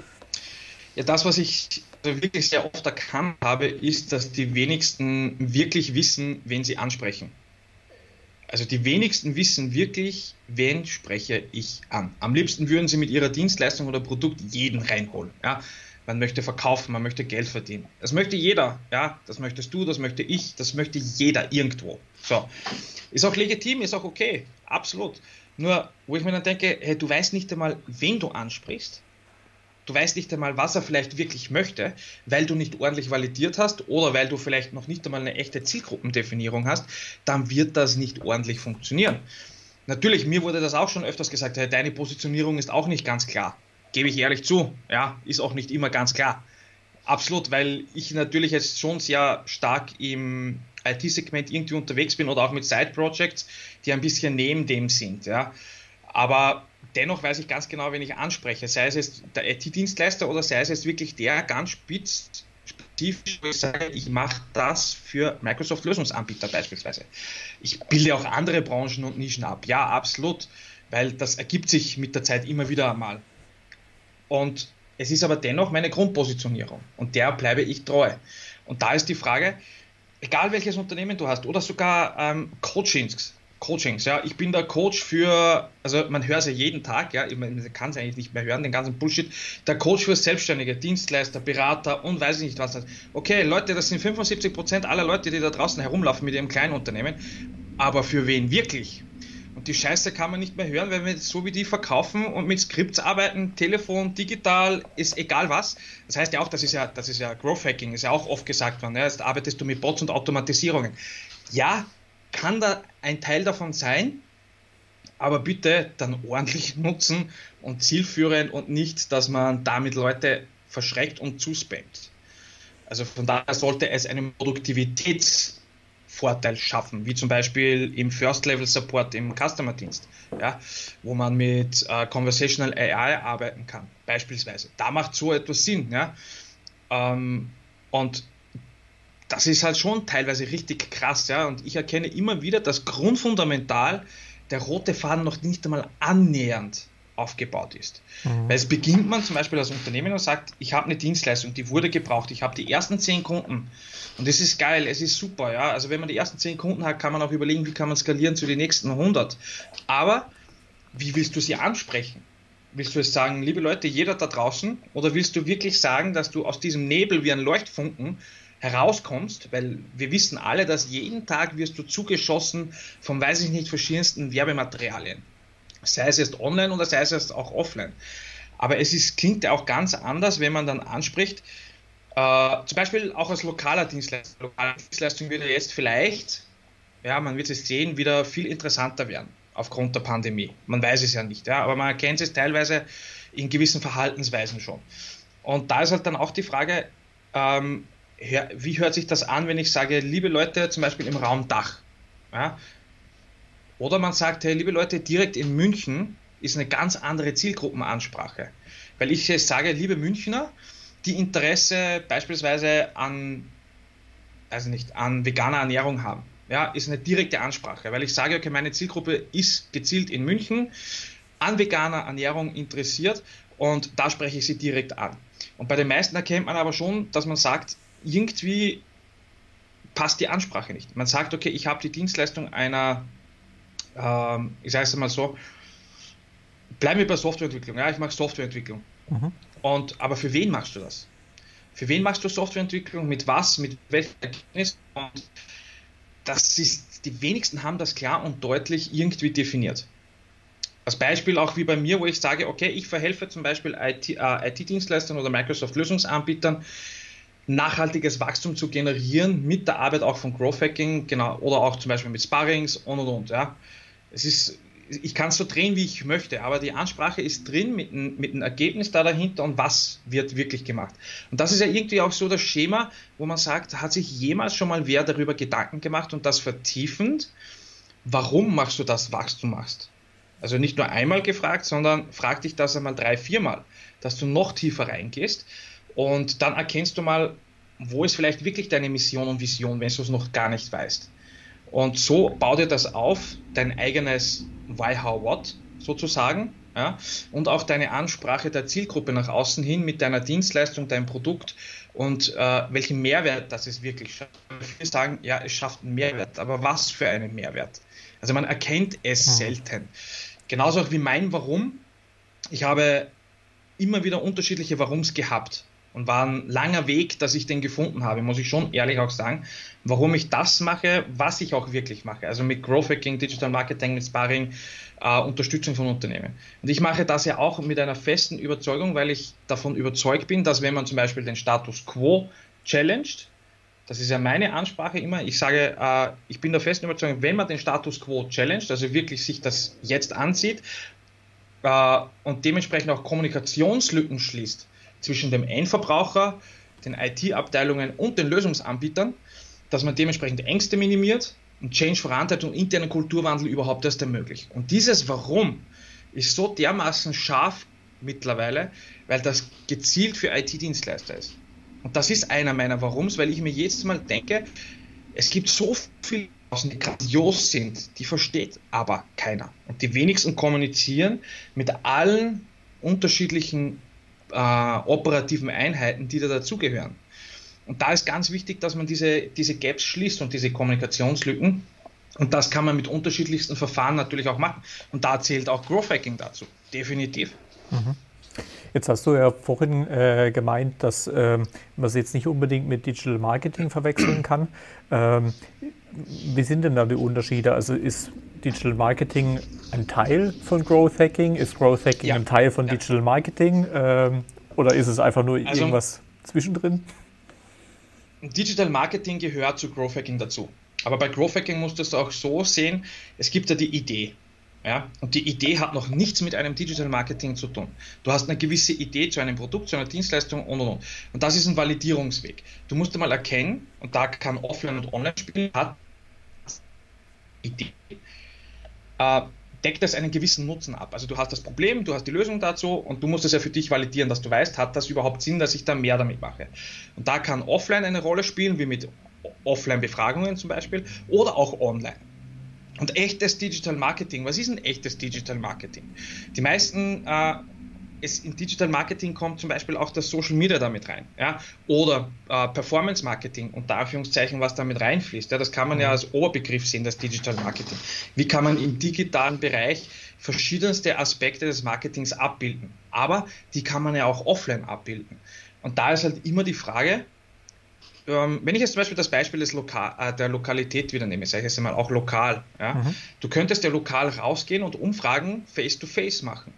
Ja, das, was ich wirklich sehr oft erkannt habe, ist, dass die wenigsten wirklich wissen, wen sie ansprechen. Also die wenigsten wissen wirklich, wen spreche ich an. Am liebsten würden sie mit ihrer Dienstleistung oder Produkt jeden reinholen. Ja? Man möchte verkaufen, man möchte Geld verdienen. Das möchte jeder, ja, das möchtest du, das möchte ich, das möchte jeder irgendwo. So, ist auch legitim, ist auch okay, absolut. Nur, wo ich mir dann denke, hey, du weißt nicht einmal, wen du ansprichst, du weißt nicht einmal, was er vielleicht wirklich möchte, weil du nicht ordentlich validiert hast oder weil du vielleicht noch nicht einmal eine echte Zielgruppendefinierung hast, dann wird das nicht ordentlich funktionieren. Natürlich, mir wurde das auch schon öfters gesagt, hey, deine Positionierung ist auch nicht ganz klar. Gebe ich ehrlich zu, ja, ist auch nicht immer ganz klar. Absolut, weil ich natürlich jetzt schon sehr stark im I T-Segment irgendwie unterwegs bin oder auch mit Side-Projects, die ein bisschen neben dem sind, ja. Aber dennoch weiß ich ganz genau, wen ich anspreche, sei es jetzt der I T-Dienstleister oder sei es jetzt wirklich der ganz spitz, spezifisch, wo ich sage, ich mache das für Microsoft-Lösungsanbieter beispielsweise. Ich bilde auch andere Branchen und Nischen ab, ja, absolut, weil das ergibt sich mit der Zeit immer wieder einmal. Und es ist aber dennoch meine Grundpositionierung und der bleibe ich treu. Und da ist die Frage, egal welches Unternehmen du hast oder sogar ähm, Coachings, Coachings, ja, ich bin der Coach für, also man hört es ja jeden Tag, ja, man kann es eigentlich nicht mehr hören, den ganzen Bullshit, der Coach für Selbstständige, Dienstleister, Berater und weiß ich nicht was. Okay, Leute, das sind fünfundsiebzig Prozent aller Leute, die da draußen herumlaufen mit ihrem kleinen Unternehmen, aber für wen wirklich? Und die Scheiße kann man nicht mehr hören, weil wir so wie die verkaufen und mit Skripts arbeiten, Telefon, digital, ist egal was. Das heißt ja auch, das ist ja, das ist ja Growth Hacking, ist ja auch oft gesagt worden. Ja, jetzt arbeitest du mit Bots und Automatisierungen. Ja, kann da ein Teil davon sein, aber bitte dann ordentlich nutzen und zielführend und nicht, dass man damit Leute verschreckt und zuspammt. Also von daher sollte es einen Produktivitäts Vorteil schaffen, wie zum Beispiel im First-Level-Support im Customer-Dienst, ja, wo man mit äh, Conversational A I arbeiten kann, beispielsweise. Da macht so etwas Sinn. Ja. Ähm, und das ist halt schon teilweise richtig krass. Ja. Und ich erkenne immer wieder, dass grundfundamental der rote Faden noch nicht einmal annähernd aufgebaut ist. Mhm. Weil es beginnt man zum Beispiel als Unternehmen und sagt, ich habe eine Dienstleistung, die wurde gebraucht, ich habe die ersten zehn Kunden und das ist geil, es ist super, ja, also wenn man die ersten zehn Kunden hat, kann man auch überlegen, wie kann man skalieren zu den nächsten hundert, aber wie willst du sie ansprechen? Willst du es sagen, liebe Leute, jeder da draußen, oder willst du wirklich sagen, dass du aus diesem Nebel wie ein Leuchtfunken herauskommst, weil wir wissen alle, dass jeden Tag wirst du zugeschossen von, weiß ich nicht, verschiedensten Werbematerialien. Sei es jetzt online oder sei es jetzt auch offline. Aber es ist, klingt ja auch ganz anders, wenn man dann anspricht, äh, zum Beispiel auch als lokaler Dienstleister. Lokale Dienstleistung würde jetzt vielleicht, ja, man wird es sehen, wieder viel interessanter werden aufgrund der Pandemie. Man weiß es ja nicht, ja, aber man erkennt es teilweise in gewissen Verhaltensweisen schon. Und da ist halt dann auch die Frage, ähm, wie hört sich das an, wenn ich sage, liebe Leute, zum Beispiel im Raum Dach, ja, oder man sagt, hey, liebe Leute, direkt in München ist eine ganz andere Zielgruppenansprache. Weil ich sage, liebe Münchner, die Interesse beispielsweise an, also nicht, an veganer Ernährung haben, ja, ist eine direkte Ansprache. Weil ich sage, okay, meine Zielgruppe ist gezielt in München an veganer Ernährung interessiert und da spreche ich sie direkt an. Und bei den meisten erkennt man aber schon, dass man sagt, irgendwie passt die Ansprache nicht. Man sagt, okay, ich habe die Dienstleistung einer ich sage es mal so, bleiben wir bei Softwareentwicklung. Ja, ich mache Softwareentwicklung. Mhm. Und, aber für wen machst du das? Für wen machst du Softwareentwicklung? Mit was? Mit welchem Ergebnis? Und das ist, die wenigsten haben das klar und deutlich irgendwie definiert. Als Beispiel auch wie bei mir, wo ich sage, okay, ich verhelfe zum Beispiel I T, äh, I T-Dienstleistern oder Microsoft-Lösungsanbietern, nachhaltiges Wachstum zu generieren mit der Arbeit auch von Growth Hacking, genau, oder auch zum Beispiel mit Sparrings und und und. Ja. Es ist, ich kann es so drehen, wie ich möchte, aber die Ansprache ist drin mit einem mit ein Ergebnis da dahinter und was wird wirklich gemacht. Und das ist ja irgendwie auch so das Schema, wo man sagt, hat sich jemals schon mal wer darüber Gedanken gemacht und das vertiefend, warum machst du das, was du machst? Also nicht nur einmal gefragt, sondern frag dich das einmal drei, viermal, dass du noch tiefer reingehst und dann erkennst du mal, wo ist vielleicht wirklich deine Mission und Vision, wenn du es noch gar nicht weißt. Und so bau dir das auf, dein eigenes Why, How, What sozusagen, ja, und auch deine Ansprache der Zielgruppe nach außen hin mit deiner Dienstleistung, deinem Produkt und äh, welchen Mehrwert das es wirklich schafft. Viele sagen, ja, es schafft einen Mehrwert, aber was für einen Mehrwert? Also man erkennt es hm. selten. Genauso auch wie mein Warum. Ich habe immer wieder unterschiedliche Warums gehabt. Und war ein langer Weg, dass ich den gefunden habe, muss ich schon ehrlich auch sagen, warum ich das mache, was ich auch wirklich mache. Also mit Growth Hacking, Digital Marketing, mit Sparring, äh, Unterstützung von Unternehmen. Und ich mache das ja auch mit einer festen Überzeugung, weil ich davon überzeugt bin, dass wenn man zum Beispiel den Status Quo challenged, das ist ja meine Ansprache immer, ich sage, äh, ich bin der festen Überzeugung, wenn man den Status Quo challenged, also wirklich sich das jetzt ansieht äh, und dementsprechend auch Kommunikationslücken schließt, zwischen dem Endverbraucher, den I T-Abteilungen und den Lösungsanbietern, dass man dementsprechend Ängste minimiert und Change vorantreibt und internen Kulturwandel überhaupt erst ermöglicht. Und dieses Warum ist so dermaßen scharf mittlerweile, weil das gezielt für I T-Dienstleister ist. Und das ist einer meiner Warums, weil ich mir jedes Mal denke, es gibt so viele, die grandios sind, die versteht aber keiner. Und die wenigsten kommunizieren mit allen unterschiedlichen Äh, operativen Einheiten, die da dazugehören. Und da ist ganz wichtig, dass man diese, diese Gaps schließt und diese Kommunikationslücken. Und das kann man mit unterschiedlichsten Verfahren natürlich auch machen. Und da zählt auch Growth Hacking dazu. Definitiv. Mhm. Jetzt hast du ja vorhin äh, gemeint, dass ähm, man es jetzt nicht unbedingt mit Digital Marketing verwechseln kann. Ähm, wie sind denn da die Unterschiede? Also ist Digital Marketing ein Teil von Growth Hacking? Ist Growth Hacking ja. ein Teil von ja. Digital Marketing? Ähm, oder ist es einfach nur also, irgendwas zwischendrin? Digital Marketing gehört zu Growth Hacking dazu. Aber bei Growth Hacking musst du es auch so sehen, es gibt ja die Idee. Ja? Und die Idee hat noch nichts mit einem Digital Marketing zu tun. Du hast eine gewisse Idee zu einem Produkt, zu einer Dienstleistung und und und. Und das ist ein Validierungsweg. Du musst einmal erkennen, und da kann Offline und Online spielen, hat Idee, äh, deckt das einen gewissen Nutzen ab. Also du hast das Problem, du hast die Lösung dazu und du musst es ja für dich validieren, dass du weißt, hat das überhaupt Sinn, dass ich da mehr damit mache. Und da kann Offline eine Rolle spielen, wie mit Offline-Befragungen zum Beispiel, oder auch Online. Und echtes Digital Marketing, was ist ein echtes Digital Marketing? Die meisten, äh, es in Digital Marketing kommt zum Beispiel auch das Social Media damit rein, ja? Oder äh, Performance Marketing, unter Anführungszeichen, was damit reinfließt. Ja? Das kann man ja als Oberbegriff sehen, das Digital Marketing. Wie kann man im digitalen Bereich verschiedenste Aspekte des Marketings abbilden? Aber die kann man ja auch offline abbilden. Und da ist halt immer die Frage, ähm, wenn ich jetzt zum Beispiel das Beispiel des Lokal, äh, der Lokalität wieder nehme, sage ich jetzt einmal auch lokal, ja? Mhm. Du könntest ja lokal rausgehen und Umfragen face-to-face machen,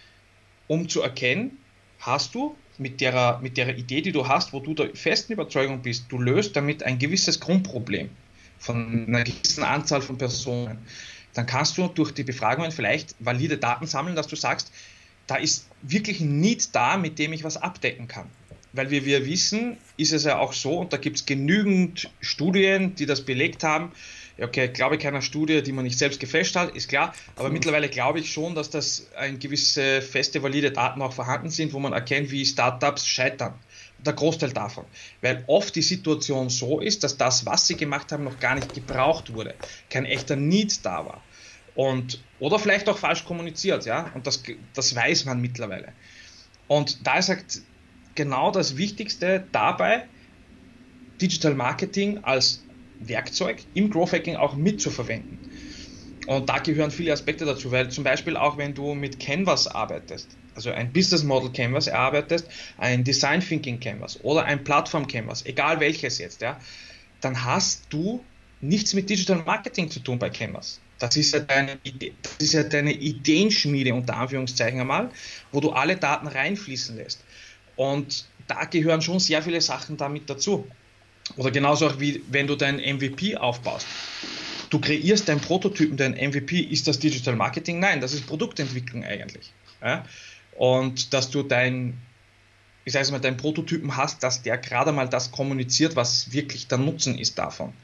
um zu erkennen, hast du mit der, mit der Idee, die du hast, wo du der festen Überzeugung bist, du löst damit ein gewisses Grundproblem von einer gewissen Anzahl von Personen, dann kannst du durch die Befragungen vielleicht valide Daten sammeln, dass du sagst, da ist wirklich ein Need da, mit dem ich was abdecken kann. Weil wie wir wissen, ist es ja auch so, und da gibt es genügend Studien, die das belegt haben. Okay, glaube ich keiner Studie, die man nicht selbst gefälscht hat, ist klar, aber mhm. mittlerweile glaube ich schon, dass das ein gewisse feste, valide Daten auch vorhanden sind, wo man erkennt, wie Startups scheitern. Der Großteil davon. Weil oft die Situation so ist, dass das, was sie gemacht haben, noch gar nicht gebraucht wurde. Kein echter Need da war. Und, oder vielleicht auch falsch kommuniziert, ja, und das, das weiß man mittlerweile. Und da ist halt genau das Wichtigste dabei, Digital Marketing als Werkzeug im Growth Hacking auch mitzuverwenden. Und da gehören viele Aspekte dazu, weil zum Beispiel auch wenn du mit Canvas arbeitest, also ein Business Model Canvas erarbeitest, ein Design Thinking Canvas oder ein Plattform Canvas, egal welches jetzt, ja, dann hast du nichts mit Digital Marketing zu tun bei Canvas. Das ist ja deine Idee, das ist ja deine Ideenschmiede unter Anführungszeichen einmal, wo du alle Daten reinfließen lässt. Und da gehören schon sehr viele Sachen damit dazu. Oder genauso auch wie wenn du dein M V P aufbaust. Du kreierst deinen Prototypen, dein M V P, ist das Digital Marketing? Nein, das ist Produktentwicklung eigentlich. Ja? Und dass du dein, ich sage mal, deinen Prototypen hast, dass der gerade mal das kommuniziert, was wirklich der Nutzen ist davon.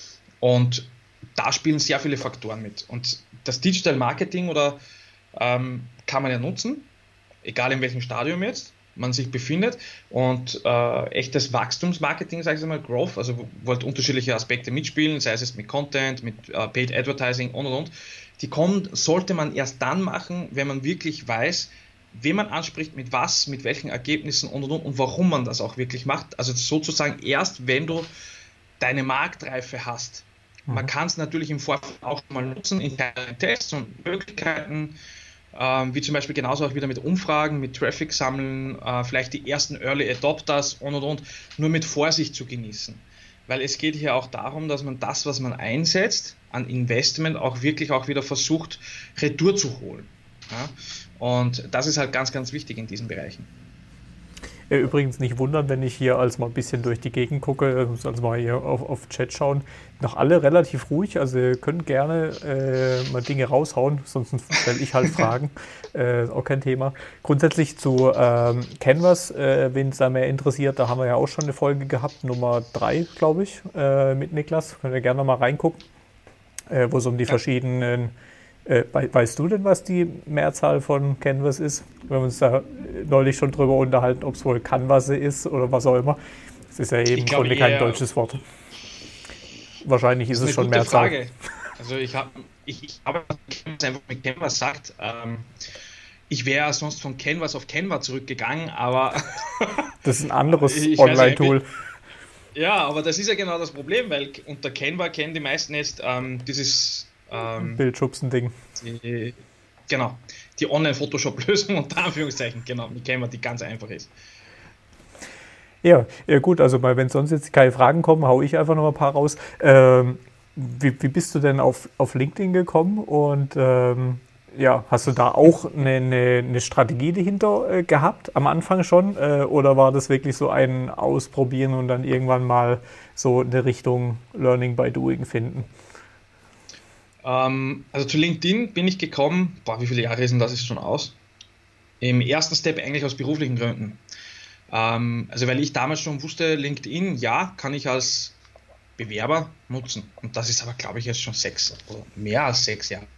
Und da spielen sehr viele Faktoren mit. Und das Digital Marketing oder ähm, kann man ja nutzen, egal in welchem Stadium jetzt man sich befindet, und äh, echtes Wachstumsmarketing, sage ich mal, Growth, also wo halt unterschiedliche Aspekte mitspielen, sei es mit Content, mit äh, Paid Advertising und und und, die kommen, sollte man erst dann machen, wenn man wirklich weiß, wen man anspricht, mit was, mit welchen Ergebnissen und und und und warum man das auch wirklich macht. Also sozusagen erst, wenn du deine Marktreife hast. Mhm. Man kann es natürlich im Vorfeld auch mal nutzen in kleinen Tests und Möglichkeiten, Ähm, wie zum Beispiel genauso auch wieder mit Umfragen, mit Traffic sammeln, äh, vielleicht die ersten Early Adopters und und und, nur mit Vorsicht zu genießen. Weil es geht hier auch darum, dass man das, was man einsetzt an Investment, auch wirklich auch wieder versucht, retour zu holen. Ja? Und das ist halt ganz, ganz wichtig in diesen Bereichen. Übrigens nicht wundern, wenn ich hier als mal ein bisschen durch die Gegend gucke, also mal hier auf, auf Chat schauen, noch alle relativ ruhig, also ihr könnt gerne äh, mal Dinge raushauen, sonst stelle ich halt Fragen, äh, ist auch kein Thema. Grundsätzlich zu ähm, Canvas, äh, wen es da mehr interessiert, da haben wir ja auch schon eine Folge gehabt, Nummer drei, glaube ich, äh, mit Niklas, könnt ihr gerne mal reingucken, äh, wo es um die ja. verschiedenen Äh, weißt du denn, was die Mehrzahl von Canvas ist? Wir haben uns da neulich schon drüber unterhalten, ob es wohl Canvas ist oder was auch immer. Das ist ja eben im Grunde kein deutsches Wort. Wahrscheinlich ist, ist es schon Mehrzahl. Frage. Also ich habe ich, ich hab einfach mit Canvas sagt, ähm, ich wäre sonst von Canvas auf Canva zurückgegangen, aber das ist ein anderes Online-Tool. Ja, aber das ist ja genau das Problem, weil unter Canva kennen die meisten jetzt ähm, dieses Ähm, Bildschubsen-Ding. Die, genau, die Online-Photoshop-Lösung unter Anführungszeichen, genau, mit Canva, die ganz einfach ist. Ja, ja gut, also mal, wenn sonst jetzt keine Fragen kommen, hau ich einfach noch ein paar raus. Ähm, wie, wie bist du denn auf, auf LinkedIn gekommen und ähm, ja, hast du da auch eine, eine, eine Strategie dahinter äh, gehabt, am Anfang schon, äh, oder war das wirklich so ein Ausprobieren und dann irgendwann mal so eine Richtung Learning by Doing finden? Also zu LinkedIn bin ich gekommen, boah, wie viele Jahre ist denn das jetzt schon aus? Im ersten Step eigentlich aus beruflichen Gründen. Ähm, also weil ich damals schon wusste, LinkedIn, ja, kann ich als Bewerber nutzen. Und das ist aber, glaube ich, jetzt schon sechs oder mehr als sechs Jahre.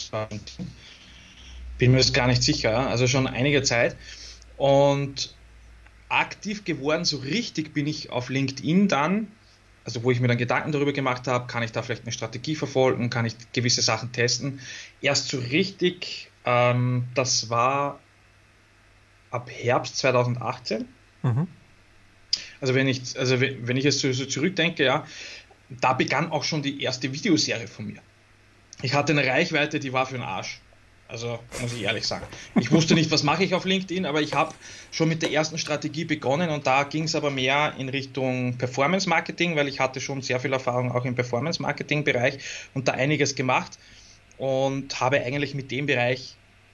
Bin mir jetzt gar nicht sicher, ja? Also schon einige Zeit. Und aktiv geworden, so richtig bin ich auf LinkedIn dann, also wo ich mir dann Gedanken darüber gemacht habe, kann ich da vielleicht eine Strategie verfolgen, kann ich gewisse Sachen testen. Erst so richtig, ähm, das war ab Herbst zwanzig achtzehn. Mhm. Also wenn ich, also wenn ich jetzt so, so zurückdenke, ja, da begann auch schon die erste Videoserie von mir. Ich hatte eine Reichweite, die war für den Arsch. Also muss ich ehrlich sagen. Ich wusste nicht, was mache ich auf LinkedIn, aber ich habe schon mit der ersten Strategie begonnen und da ging es aber mehr in Richtung Performance Marketing, weil ich hatte schon sehr viel Erfahrung auch im Performance Marketing Bereich und da einiges gemacht und habe eigentlich mit dem Bereich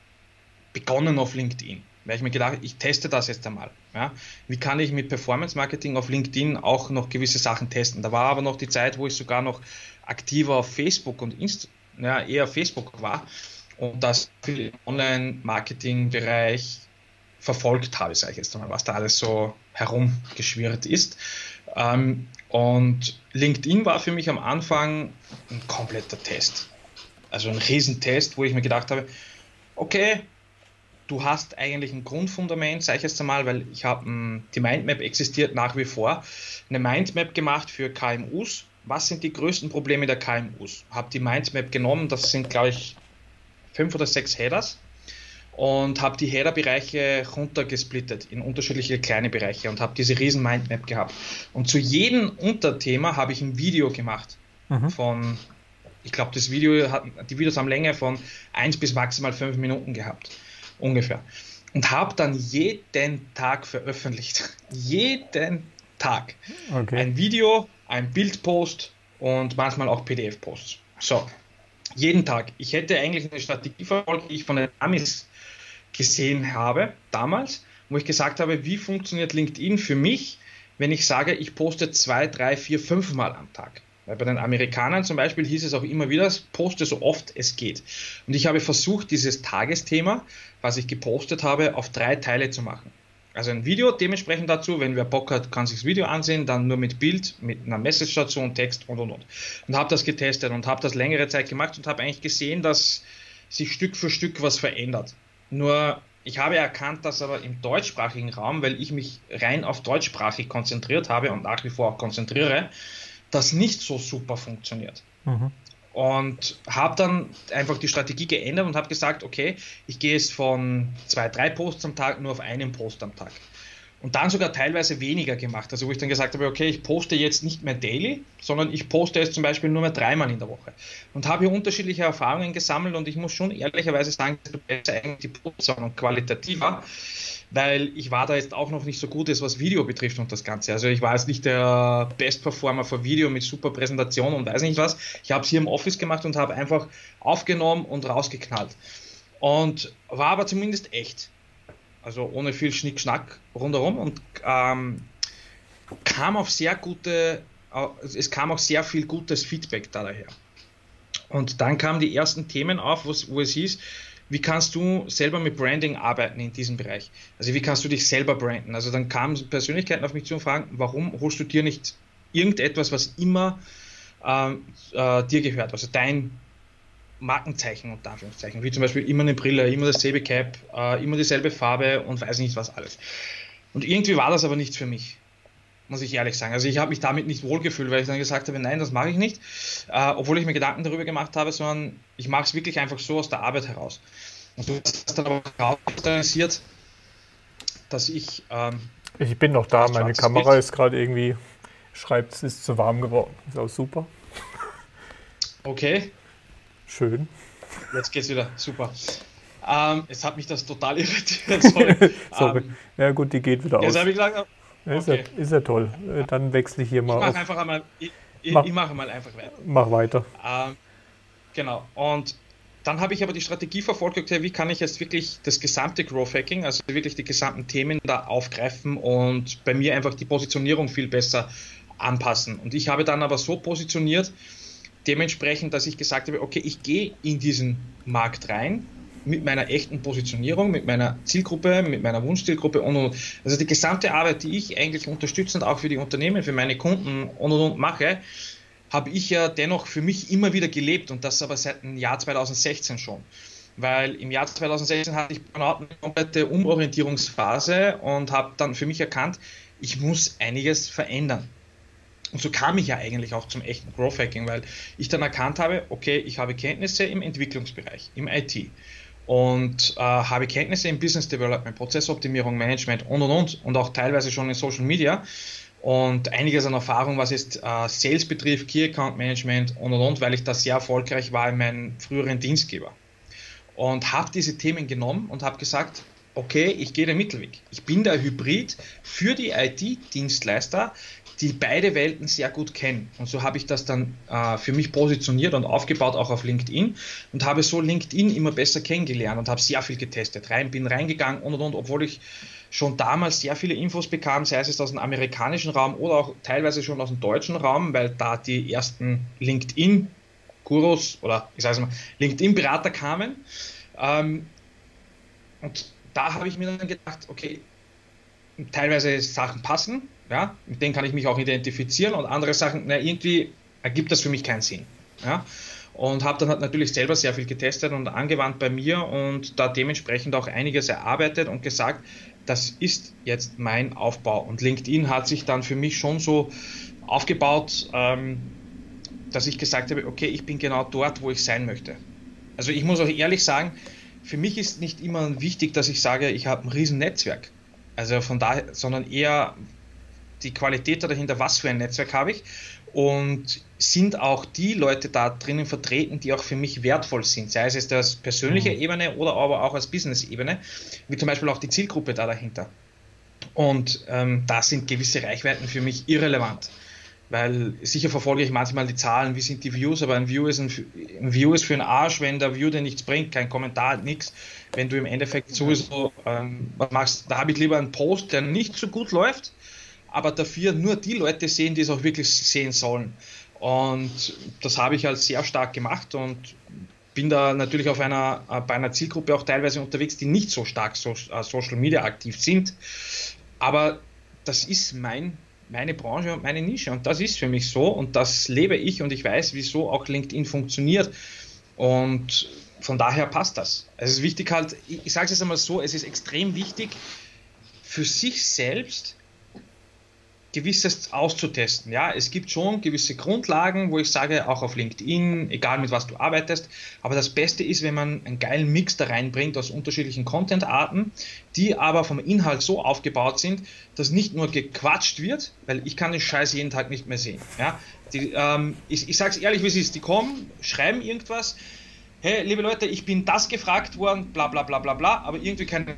begonnen auf LinkedIn. Weil ich mir gedacht, ich teste das jetzt einmal. Ja? Wie kann ich mit Performance Marketing auf LinkedIn auch noch gewisse Sachen testen? Da war aber noch die Zeit, wo ich sogar noch aktiver auf Facebook und Inst- ja, eher Facebook war und das viel im Online-Marketing-Bereich verfolgt habe, sage ich jetzt einmal, was da alles so herumgeschwirrt ist. Ähm, und LinkedIn war für mich am Anfang ein kompletter Test. Also ein Riesentest, wo ich mir gedacht habe, okay, du hast eigentlich ein Grundfundament, sage ich jetzt einmal, weil ich habe, die Mindmap existiert nach wie vor, eine Mindmap gemacht für K M Us. Was sind die größten Probleme der K M Us? Habe die Mindmap genommen, das sind, glaube ich, fünf oder sechs Headers und habe die Header-Bereiche runtergesplittet in unterschiedliche kleine Bereiche und habe diese riesen Mindmap gehabt. Und zu jedem Unterthema habe ich ein Video gemacht mhm. von, ich glaube, das Video hat, die Videos haben Länge von eins bis maximal fünf Minuten gehabt. Ungefähr. Und habe dann jeden Tag veröffentlicht. jeden Tag. Okay. Ein Video, ein Bildpost und manchmal auch P D F-Posts. So, jeden Tag. Ich hätte eigentlich eine Strategie verfolgt, die ich von den Amis gesehen habe, damals, wo ich gesagt habe, wie funktioniert LinkedIn für mich, wenn ich sage, ich poste zwei, drei, vier, fünf Mal am Tag. Weil bei den Amerikanern zum Beispiel hieß es auch immer wieder, poste so oft es geht. Und ich habe versucht, dieses Tagesthema, was ich gepostet habe, auf drei Teile zu machen. Also ein Video dementsprechend dazu, wenn wer Bock hat, kann sich das Video ansehen, dann nur mit Bild, mit einer Message dazu und Text und und und. Und habe das getestet und habe das längere Zeit gemacht und habe eigentlich gesehen, dass sich Stück für Stück was verändert. Nur ich habe erkannt, dass aber im deutschsprachigen Raum, weil ich mich rein auf deutschsprachig konzentriert habe und nach wie vor auch konzentriere, das nicht so super funktioniert. Mhm. Und habe dann einfach die Strategie geändert und habe gesagt, okay, ich gehe jetzt von zwei, drei Posts am Tag nur auf einen Post am Tag. Und dann sogar teilweise weniger gemacht. Also wo ich dann gesagt habe, okay, ich poste jetzt nicht mehr daily, sondern ich poste jetzt zum Beispiel nur mehr dreimal in der Woche. Und habe hier unterschiedliche Erfahrungen gesammelt und ich muss schon ehrlicherweise sagen, dass du besser eigentlich die Posts und qualitativer, weil ich war da jetzt auch noch nicht so gut, was Video betrifft und das Ganze. Also ich war jetzt nicht der Best-Performer für Video mit super Präsentation und weiß nicht was. Ich habe es hier im Office gemacht und habe einfach aufgenommen und rausgeknallt. Und war aber zumindest echt. Also ohne viel Schnick-Schnack rundherum und ähm, kam auf sehr gute, es kam auch sehr viel gutes Feedback da daher. Und dann kamen die ersten Themen auf, wo es hieß, wie kannst du selber mit Branding arbeiten in diesem Bereich? Also wie kannst du dich selber branden? Also dann kamen Persönlichkeiten auf mich zu und fragen, warum holst du dir nicht irgendetwas, was immer ähm, äh, dir gehört? Also dein Markenzeichen unter Anführungszeichen, wie zum Beispiel immer eine Brille, immer dasselbe Cap, äh, immer dieselbe Farbe und weiß nicht was alles. Und irgendwie war das aber nichts für mich, muss ich ehrlich sagen. Also ich habe mich damit nicht wohlgefühlt, weil ich dann gesagt habe, nein, das mache ich nicht, äh, obwohl ich mir Gedanken darüber gemacht habe, sondern ich mache es wirklich einfach so aus der Arbeit heraus. Und du hast dann aber realisiert, dass ich... Ähm, ich bin noch da, meine Kamera Bild. Ist gerade irgendwie, schreibt, es ist zu warm geworden. Ist auch super. Okay. Schön. Jetzt geht's wieder, super. Ähm, jetzt hat mich das total irritiert, sorry. sorry. Ähm, ja gut, die geht wieder jetzt aus. Habe ich gesagt, okay. ist, ja, ist ja toll. Dann wechsle ich hier mal ich mach auf. Einfach einmal, ich, mach, ich mache mal einfach weiter. Mach weiter. Ähm, genau, und dann habe ich aber die Strategie verfolgt, okay, wie kann ich jetzt wirklich das gesamte Growth Hacking, also wirklich die gesamten Themen da aufgreifen und bei mir einfach die Positionierung viel besser anpassen. Und ich habe dann aber so positioniert, dementsprechend, dass ich gesagt habe, okay, ich gehe in diesen Markt rein mit meiner echten Positionierung, mit meiner Zielgruppe, mit meiner Wunschzielgruppe und, und, und. Also die gesamte Arbeit, die ich eigentlich unterstützend auch für die Unternehmen, für meine Kunden und, und, und mache, habe ich ja dennoch für mich immer wieder gelebt und das aber seit dem Jahr zweitausendsechzehn schon. Weil im Jahr zweitausendsechzehn hatte ich eine komplette Umorientierungsphase und habe dann für mich erkannt, ich muss einiges verändern. Und so kam ich ja eigentlich auch zum echten Growth Hacking, weil ich dann erkannt habe, okay, ich habe Kenntnisse im Entwicklungsbereich, im I T und äh, habe Kenntnisse im Business Development, Prozessoptimierung, Management und und und und auch teilweise schon in Social Media und einiges an Erfahrung, was jetzt äh, Sales betrifft, Key Account Management und und und, weil ich da sehr erfolgreich war in meinem früheren Dienstgeber. Und habe diese Themen genommen und habe gesagt, okay, ich gehe den Mittelweg. Ich bin der Hybrid für die I T-Dienstleister, die beide Welten sehr gut kennen. Und so habe ich das dann äh, für mich positioniert und aufgebaut, auch auf LinkedIn und habe so LinkedIn immer besser kennengelernt und habe sehr viel getestet. Rein, bin reingegangen und und und, obwohl ich schon damals sehr viele Infos bekam, sei es aus dem amerikanischen Raum oder auch teilweise schon aus dem deutschen Raum, weil da die ersten LinkedIn Gurus oder ich sage es mal, LinkedIn-Berater kamen. Ähm, und da habe ich mir dann gedacht, okay, teilweise Sachen passen, ja, mit denen kann ich mich auch identifizieren und andere Sachen, na, irgendwie ergibt das für mich keinen Sinn. Ja. Und habe dann halt natürlich selber sehr viel getestet und angewandt bei mir und da dementsprechend auch einiges erarbeitet und gesagt, das ist jetzt mein Aufbau. Und LinkedIn hat sich dann für mich schon so aufgebaut, ähm, dass ich gesagt habe, okay, ich bin genau dort, wo ich sein möchte. Also ich muss auch ehrlich sagen, für mich ist nicht immer wichtig, dass ich sage, ich habe ein riesen Netzwerk. Also von daher, sondern eher die Qualität dahinter, was für ein Netzwerk habe ich und sind auch die Leute da drinnen vertreten, die auch für mich wertvoll sind, sei es jetzt als persönliche mhm. Ebene oder aber auch als Business-Ebene, wie zum Beispiel auch die Zielgruppe da dahinter. Und ähm, da sind gewisse Reichweiten für mich irrelevant. Weil sicher verfolge ich manchmal die Zahlen, wie sind die Views, aber ein View ist ein, ein View ist für einen Arsch, wenn der View dir nichts bringt, kein Kommentar, nichts. Wenn du im Endeffekt sowieso ähm, was machst, da habe ich lieber einen Post, der nicht so gut läuft, aber dafür nur die Leute sehen, die es auch wirklich sehen sollen. Und das habe ich halt sehr stark gemacht und bin da natürlich auf einer, bei einer Zielgruppe auch teilweise unterwegs, die nicht so stark so, uh, Social Media aktiv sind. Aber das ist mein meine Branche und meine Nische und das ist für mich so und das lebe ich und ich weiß, wieso auch LinkedIn funktioniert und von daher passt das. Es ist wichtig halt, ich, ich sage es jetzt einmal so, es ist extrem wichtig für sich selbst Gewisses auszutesten. Ja, es gibt schon gewisse Grundlagen, wo ich sage, auch auf LinkedIn, egal mit was du arbeitest, aber das Beste ist, wenn man einen geilen Mix da reinbringt aus unterschiedlichen Content-Arten, die aber vom Inhalt so aufgebaut sind, dass nicht nur gequatscht wird, weil ich kann den Scheiß jeden Tag nicht mehr sehen. Ja, die, ähm, ich ich sage es ehrlich, wie es ist, die kommen, schreiben irgendwas, hey, liebe Leute, ich bin das gefragt worden, bla bla bla bla bla, aber irgendwie keine...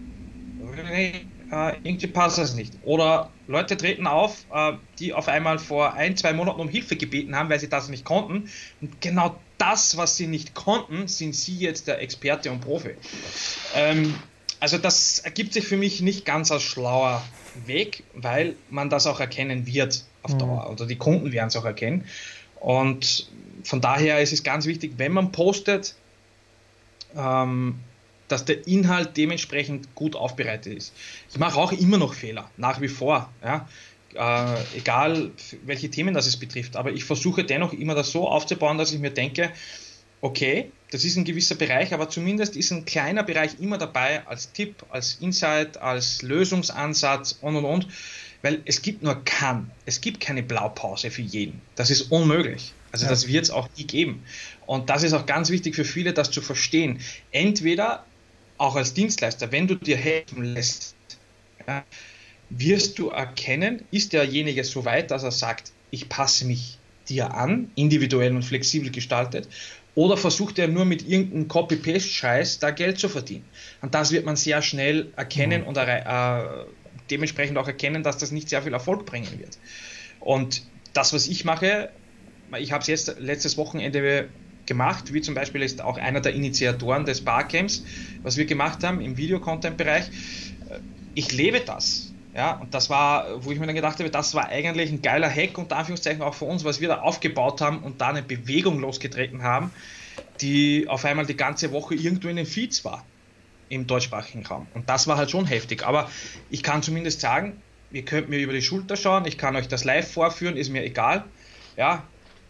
Uh, irgendwie passt das nicht. Oder Leute treten auf, uh, die auf einmal vor ein, zwei Monaten um Hilfe gebeten haben, weil sie das nicht konnten. Und genau das, was sie nicht konnten, sind sie jetzt der Experte und Profi. Ähm, also das ergibt sich für mich nicht ganz als schlauer Weg, weil man das auch erkennen wird auf Dauer. Mhm. Oder die Kunden werden es auch erkennen. Und von daher ist es ganz wichtig, wenn man postet, ähm, dass der Inhalt dementsprechend gut aufbereitet ist. Ich mache auch immer noch Fehler, nach wie vor, ja? äh, egal welche Themen das es betrifft, aber ich versuche dennoch immer das so aufzubauen, dass ich mir denke, okay, das ist ein gewisser Bereich, aber zumindest ist ein kleiner Bereich immer dabei als Tipp, als Insight, als Lösungsansatz und und und, weil es gibt nur kann, es gibt keine Blaupause für jeden, das ist unmöglich. Also ja. Das wird es auch nie geben. Und das ist auch ganz wichtig für viele, das zu verstehen. Entweder auch als Dienstleister, wenn du dir helfen lässt, ja, wirst du erkennen, ist derjenige so weit, dass er sagt, ich passe mich dir an, individuell und flexibel gestaltet, oder versucht er nur mit irgendeinem Copy-Paste-Scheiß da Geld zu verdienen. Und das wird man sehr schnell erkennen mhm. und äh, dementsprechend auch erkennen, dass das nicht sehr viel Erfolg bringen wird. Und das, was ich mache, ich habe es jetzt letztes Wochenende gemacht, wie zum Beispiel ist auch einer der Initiatoren des Barcamps, was wir gemacht haben im Video-Content-Bereich. Ich lebe das. Ja, und das war, wo ich mir dann gedacht habe, das war eigentlich ein geiler Hack, unter Anführungszeichen auch für uns, was wir da aufgebaut haben und da eine Bewegung losgetreten haben, die auf einmal die ganze Woche irgendwo in den Feeds war, im deutschsprachigen Raum. Und das war halt schon heftig. Aber ich kann zumindest sagen, ihr könnt mir über die Schulter schauen, ich kann euch das live vorführen, ist mir egal. Ja,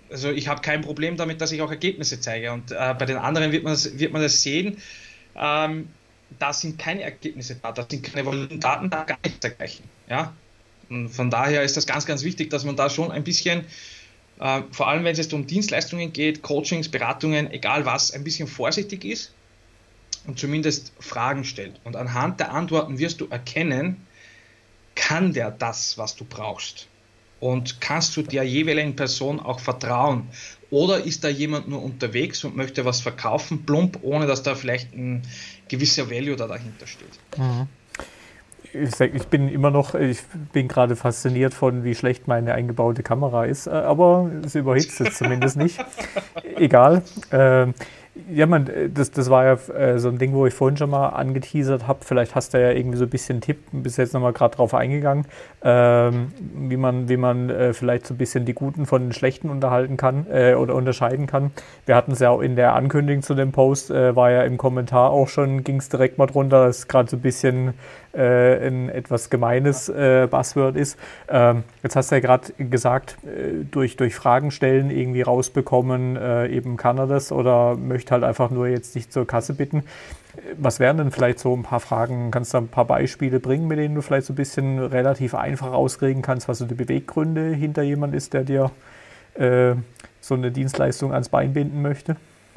Also ich habe kein Problem damit, dass ich auch Ergebnisse zeige. Und äh, bei den anderen wird man das, wird man das sehen. Ähm, da sind keine Ergebnisse da, da sind keine validen Daten da, gar nichts dergleichen. Ja? Und von daher ist das ganz, ganz wichtig, dass man da schon ein bisschen, äh, vor allem wenn es jetzt um Dienstleistungen geht, Coachings, Beratungen, egal was, ein bisschen vorsichtig ist und zumindest Fragen stellt. Und anhand der Antworten wirst du erkennen, kann der das, was du brauchst? Und kannst du der jeweiligen Person auch vertrauen? Oder ist da jemand nur unterwegs und möchte was verkaufen, plump, ohne dass da vielleicht ein gewisser Value da dahinter steht? Mhm. Ich, sag, ich bin immer noch, ich bin gerade fasziniert von, wie schlecht meine eingebaute Kamera ist, aber es überhitzt jetzt zumindest nicht. Egal. Ähm, Ja, man, das, das war ja äh, so ein Ding, wo ich vorhin schon mal angeteasert habe. Vielleicht hast du ja irgendwie so ein bisschen Tipp, bis jetzt nochmal gerade drauf eingegangen, ähm, wie man, wie man äh, vielleicht so ein bisschen die Guten von den Schlechten unterhalten kann äh, oder unterscheiden kann. Wir hatten es ja auch in der Ankündigung zu dem Post, äh, war ja im Kommentar auch schon, ging es direkt mal drunter, dass gerade so ein bisschen äh, ein etwas gemeines äh, Buzzword ist. Ähm, jetzt hast du ja gerade gesagt, äh, durch, durch Fragen stellen irgendwie rausbekommen, äh, eben kann er das oder möchte halt einfach nur jetzt nicht zur Kasse bitten. Was wären denn vielleicht so ein paar Fragen? Kannst du da ein paar Beispiele bringen, mit denen du vielleicht so ein bisschen relativ einfach auskriegen kannst, was so die Beweggründe hinter jemand ist, der dir äh, so eine Dienstleistung ans Bein binden möchte?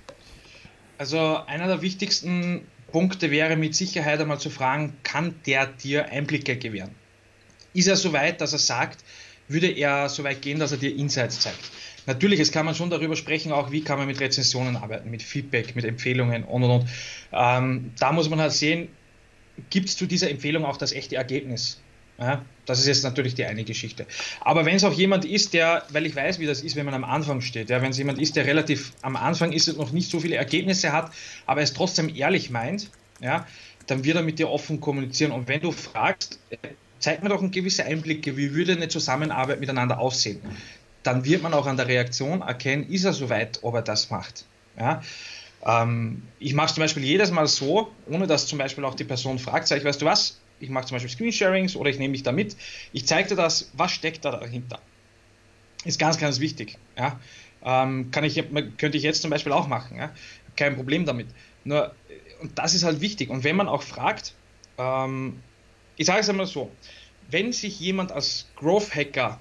Also einer der wichtigsten Punkte wäre mit Sicherheit einmal zu fragen, kann der dir Einblicke gewähren? Ist er so weit, dass er sagt, würde er so weit gehen, dass er dir Insights zeigt? Natürlich, es kann man schon darüber sprechen, auch wie kann man mit Rezensionen arbeiten, mit Feedback, mit Empfehlungen und und und. Ähm, da muss man halt sehen, gibt es zu dieser Empfehlung auch das echte Ergebnis? Ja, das ist jetzt natürlich die eine Geschichte. Aber wenn es auch jemand ist, der, weil ich weiß, wie das ist, wenn man am Anfang steht, ja, wenn es jemand ist, der relativ am Anfang ist und noch nicht so viele Ergebnisse hat, aber es trotzdem ehrlich meint, ja, dann wird er mit dir offen kommunizieren. Und wenn du fragst, zeig mir doch einen gewissen Einblicke, wie würde eine Zusammenarbeit miteinander aussehen? Dann wird man auch an der Reaktion erkennen, ist er soweit, ob er das macht. Ja? Ähm, ich mache es zum Beispiel jedes Mal so, ohne dass zum Beispiel auch die Person fragt, sage ich, weißt du was, ich mache zum Beispiel Screensharings oder ich nehme dich da mit, ich zeige dir das, was steckt da dahinter. Ist ganz, ganz wichtig. Ja? Ähm, kann ich, könnte ich jetzt zum Beispiel auch machen, ja? Kein Problem damit. Nur, und das ist halt wichtig. Und wenn man auch fragt, ähm, ich sage es einmal so, wenn sich jemand als Growth Hacker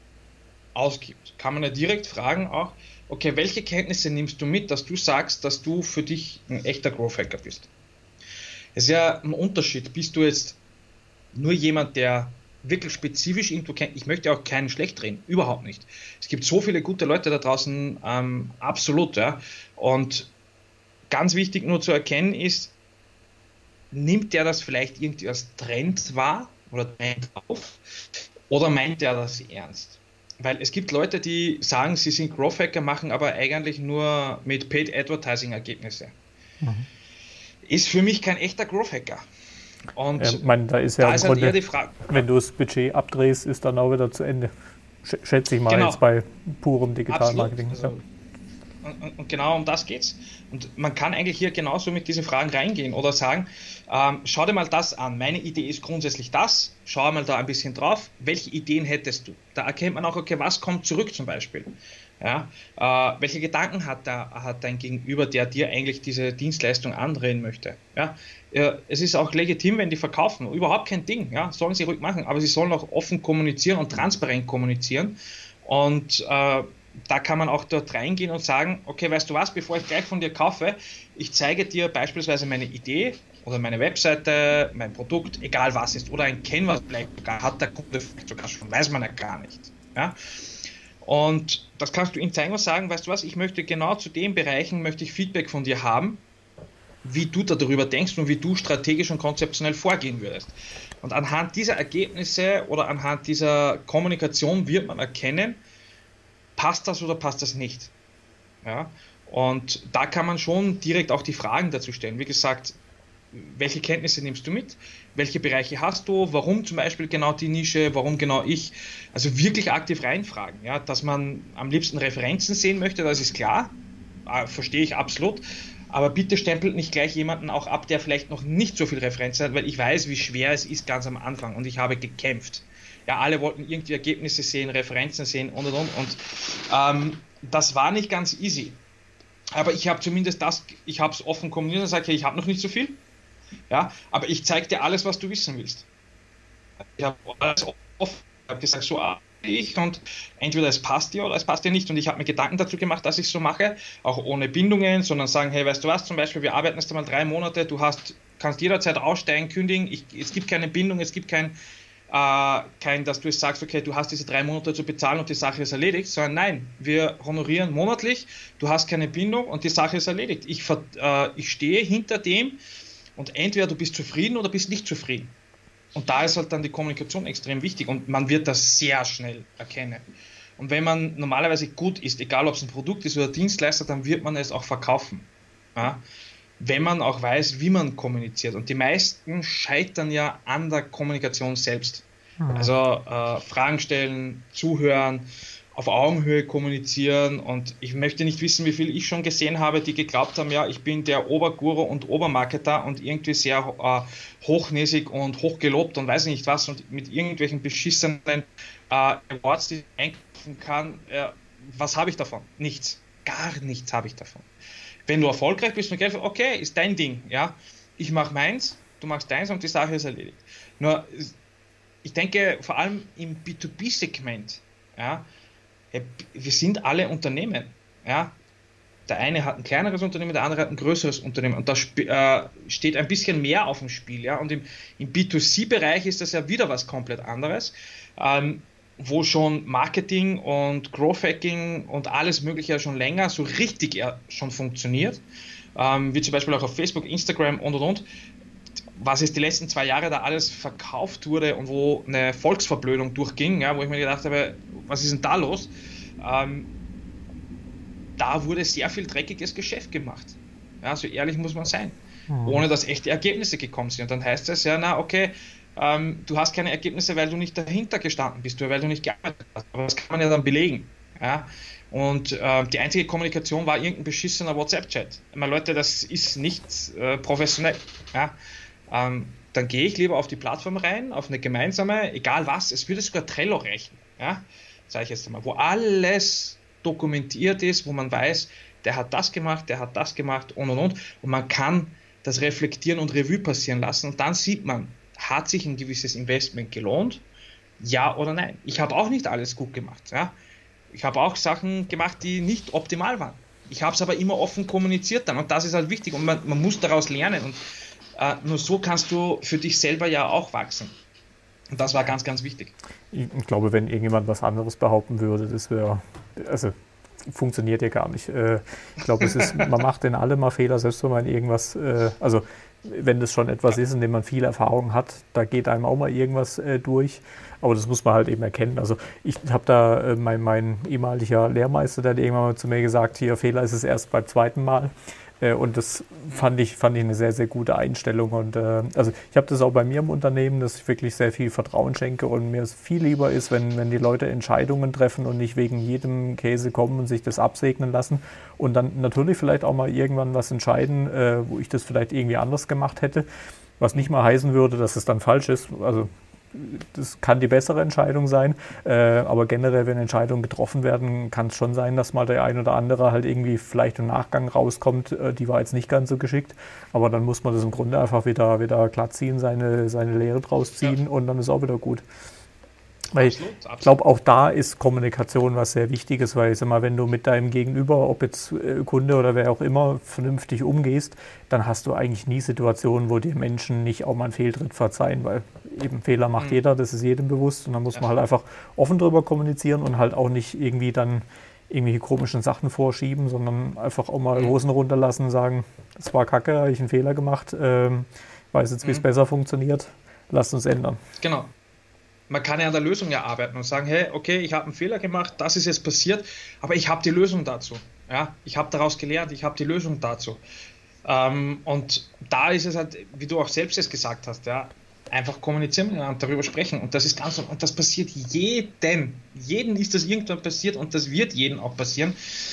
ausgibt, kann man ja direkt fragen auch, okay, welche Kenntnisse nimmst du mit, dass du sagst, dass du für dich ein echter Growth Hacker bist? Es ist ja ein Unterschied, bist du jetzt nur jemand, der wirklich spezifisch irgendwo kennt, ich möchte auch keinen schlecht reden, überhaupt nicht. Es gibt so viele gute Leute da draußen, ähm, absolut, ja, und ganz wichtig nur zu erkennen ist, nimmt der das vielleicht irgendwie als Trend wahr oder Trend auf oder meint der das ernst? Weil es gibt Leute, die sagen, sie sind Growth Hacker, machen aber eigentlich nur mit Paid Advertising Ergebnisse. Mhm. Ist für mich kein echter Growth Hacker. Und ja, mein, da ist ja da im ist Grunde, halt eher die Frage, wenn du das Budget abdrehst, ist dann auch wieder zu Ende. Sch- schätze ich mal genau. Jetzt bei purem Digitalmarketing. Also, und, und, und genau um das geht's. Und man kann eigentlich hier genauso mit diesen Fragen reingehen oder sagen, ähm, schau dir mal das an, meine Idee ist grundsätzlich das, schau mal da ein bisschen drauf, welche Ideen hättest du? Da erkennt man auch, okay, was kommt zurück zum Beispiel? Ja, äh, welche Gedanken hat, da, hat dein Gegenüber, der dir eigentlich diese Dienstleistung andrehen möchte? Ja, äh, es ist auch legitim, wenn die verkaufen, überhaupt kein Ding, ja, sollen sie ruhig machen, aber sie sollen auch offen kommunizieren und transparent kommunizieren und äh, da kann man auch dort reingehen und sagen, okay, weißt du was, bevor ich gleich von dir kaufe, ich zeige dir beispielsweise meine Idee oder meine Webseite, mein Produkt, egal was ist, oder ein Canvas-Black hat der Kunde vielleicht sogar schon, weiß man ja gar nicht. Ja? Und das kannst du ihm zeigen und sagen, weißt du was, ich möchte genau zu den Bereichen, möchte ich Feedback von dir haben, wie du da darüber denkst und wie du strategisch und konzeptionell vorgehen würdest. Und anhand dieser Ergebnisse oder anhand dieser Kommunikation wird man erkennen, passt das oder passt das nicht? Ja? Und da kann man schon direkt auch die Fragen dazu stellen. Wie gesagt, welche Kenntnisse nimmst du mit? Welche Bereiche hast du? Warum zum Beispiel genau die Nische? Warum genau ich? Also wirklich aktiv reinfragen. Ja? Dass man am liebsten Referenzen sehen möchte, das ist klar. Äh, verstehe ich absolut. Aber bitte stempelt nicht gleich jemanden auch ab, der vielleicht noch nicht so viel Referenzen hat, weil ich weiß, wie schwer es ist ganz am Anfang und ich habe gekämpft. Ja, alle wollten irgendwie Ergebnisse sehen, Referenzen sehen und und und. Und ähm, das war nicht ganz easy. Aber ich habe zumindest das, ich habe es offen kommuniziert und gesagt, hey, ich habe noch nicht so viel, ja, aber ich zeige dir alles, was du wissen willst. Ich habe alles offen, ich habe gesagt, so arbeite ich und entweder es passt dir oder es passt dir nicht. Und ich habe mir Gedanken dazu gemacht, dass ich es so mache, auch ohne Bindungen, sondern sagen, hey, weißt du was, zum Beispiel, wir arbeiten erst einmal drei Monate, du hast, kannst jederzeit aussteigen, kündigen, ich, es gibt keine Bindung, es gibt kein Äh, kein, dass du jetzt sagst, okay, du hast diese drei Monate zu bezahlen und die Sache ist erledigt, sondern nein, wir honorieren monatlich, du hast keine Bindung und die Sache ist erledigt. Ich, äh, ich stehe hinter dem und entweder du bist zufrieden oder bist nicht zufrieden. Und da ist halt dann die Kommunikation extrem wichtig und man wird das sehr schnell erkennen. Und wenn man normalerweise gut ist, egal ob es ein Produkt ist oder Dienstleister, dann wird man es auch verkaufen. Ja? Wenn man auch weiß, wie man kommuniziert. Und die meisten scheitern ja an der Kommunikation selbst. Mhm. Also äh, Fragen stellen, zuhören, auf Augenhöhe kommunizieren. Und ich möchte nicht wissen, wie viel ich schon gesehen habe, die geglaubt haben, ja, ich bin der Oberguru und Obermarketer und irgendwie sehr äh, hochnäsig und hochgelobt und weiß nicht was und mit irgendwelchen beschissenen äh, Awards, die ich einkaufen kann. Äh, was habe ich davon? Nichts. Gar nichts habe ich davon. Wenn du erfolgreich bist und Geld, okay, ist dein Ding, ja. Ich mache meins, du machst deins und die Sache ist erledigt. Nur, ich denke, vor allem im B zwei B-Segment, ja, wir sind alle Unternehmen, ja. Der eine hat ein kleineres Unternehmen, der andere hat ein größeres Unternehmen und da sp- äh, steht ein bisschen mehr auf dem Spiel, ja. Und im, im B zwei C-Bereich ist das ja wieder was komplett anderes. Ähm, wo schon Marketing und Growth Hacking und alles Mögliche ja schon länger so richtig ja schon funktioniert, ähm, wie zum Beispiel auch auf Facebook, Instagram und und und, was jetzt die letzten zwei Jahre da alles verkauft wurde und wo eine Volksverblödung durchging, ja, wo ich mir gedacht habe, was ist denn da los? Ähm, da wurde sehr viel dreckiges Geschäft gemacht. Ja, so ehrlich muss man sein. Mhm. Ohne dass echte Ergebnisse gekommen sind. Und dann heißt es ja, na okay, Ähm, du hast keine Ergebnisse, weil du nicht dahinter gestanden bist, weil du nicht gearbeitet hast. Aber das kann man ja dann belegen. Ja? Und äh, die einzige Kommunikation war irgendein beschissener WhatsApp-Chat. Ich meine, Leute, das ist nicht äh, professionell. Ja? Ähm, dann gehe ich lieber auf die Plattform rein, auf eine gemeinsame, egal was, es würde sogar Trello reichen. Ja? Sage ich jetzt einmal, wo alles dokumentiert ist, wo man weiß, der hat das gemacht, der hat das gemacht und und und. Und man kann das reflektieren und Revue passieren lassen und dann sieht man, hat sich ein gewisses Investment gelohnt? Ja oder nein? Ich habe auch nicht alles gut gemacht. Ja? Ich habe auch Sachen gemacht, die nicht optimal waren. Ich habe es aber immer offen kommuniziert dann und das ist halt wichtig und man, man muss daraus lernen und äh, nur so kannst du für dich selber ja auch wachsen. Und das war ganz, ganz wichtig. Ich, ich glaube, wenn irgendjemand was anderes behaupten würde, das wäre, also funktioniert ja gar nicht. Äh, ich glaube, es ist, man macht in allem mal Fehler, selbst wenn man irgendwas, äh, also wenn das schon etwas ist, in dem man viel Erfahrung hat, da geht einem auch mal irgendwas äh, durch, aber das muss man halt eben erkennen. Also ich habe da, äh, mein, mein ehemaliger Lehrmeister, der hat irgendwann mal zu mir gesagt, hier, Fehler ist es erst beim zweiten Mal. Äh, und das fand ich, fand ich eine sehr, sehr gute Einstellung. Und äh, also ich habe das auch bei mir im Unternehmen, dass ich wirklich sehr viel Vertrauen schenke und mir es viel lieber ist, wenn, wenn die Leute Entscheidungen treffen und nicht wegen jedem Käse kommen und sich das absegnen lassen und dann natürlich vielleicht auch mal irgendwann was entscheiden, äh, wo ich das vielleicht irgendwie anders gemacht hätte, was nicht mal heißen würde, dass es dann falsch ist. Also das kann die bessere Entscheidung sein, äh, aber generell, wenn Entscheidungen getroffen werden, kann es schon sein, dass mal der ein oder andere halt irgendwie vielleicht im Nachgang rauskommt, äh, die war jetzt nicht ganz so geschickt, aber dann muss man das im Grunde einfach wieder, wieder glatt ziehen, seine, seine Lehre draus ziehen ja. Und dann ist auch wieder gut. Weil absolut, absolut. Ich glaube, auch da ist Kommunikation was sehr Wichtiges, weil ich sag mal, wenn du mit deinem Gegenüber, ob jetzt Kunde oder wer auch immer, vernünftig umgehst, dann hast du eigentlich nie Situationen, wo die Menschen nicht auch mal einen Fehltritt verzeihen, weil eben Fehler macht mhm. jeder, das ist jedem bewusst und dann muss ja. man halt einfach offen drüber kommunizieren und halt auch nicht irgendwie dann irgendwelche komischen Sachen vorschieben, sondern einfach auch mal mhm. Hosen runterlassen und sagen, das war kacke, habe ich einen Fehler gemacht, ähm, weiß jetzt, wie es mhm. besser funktioniert, lasst uns ändern. Genau. Man kann ja an der Lösung ja arbeiten und sagen, hey, okay, ich habe einen Fehler gemacht, das ist jetzt passiert, aber ich habe die Lösung dazu. Ja? Ich habe daraus gelernt, ich habe die Lösung dazu. Ähm, und da ist es halt, wie du auch selbst es gesagt hast, ja, einfach kommunizieren und darüber sprechen. Und das ist ganz, und das passiert jedem. Jeden ist das irgendwann passiert und das wird jedem auch passieren.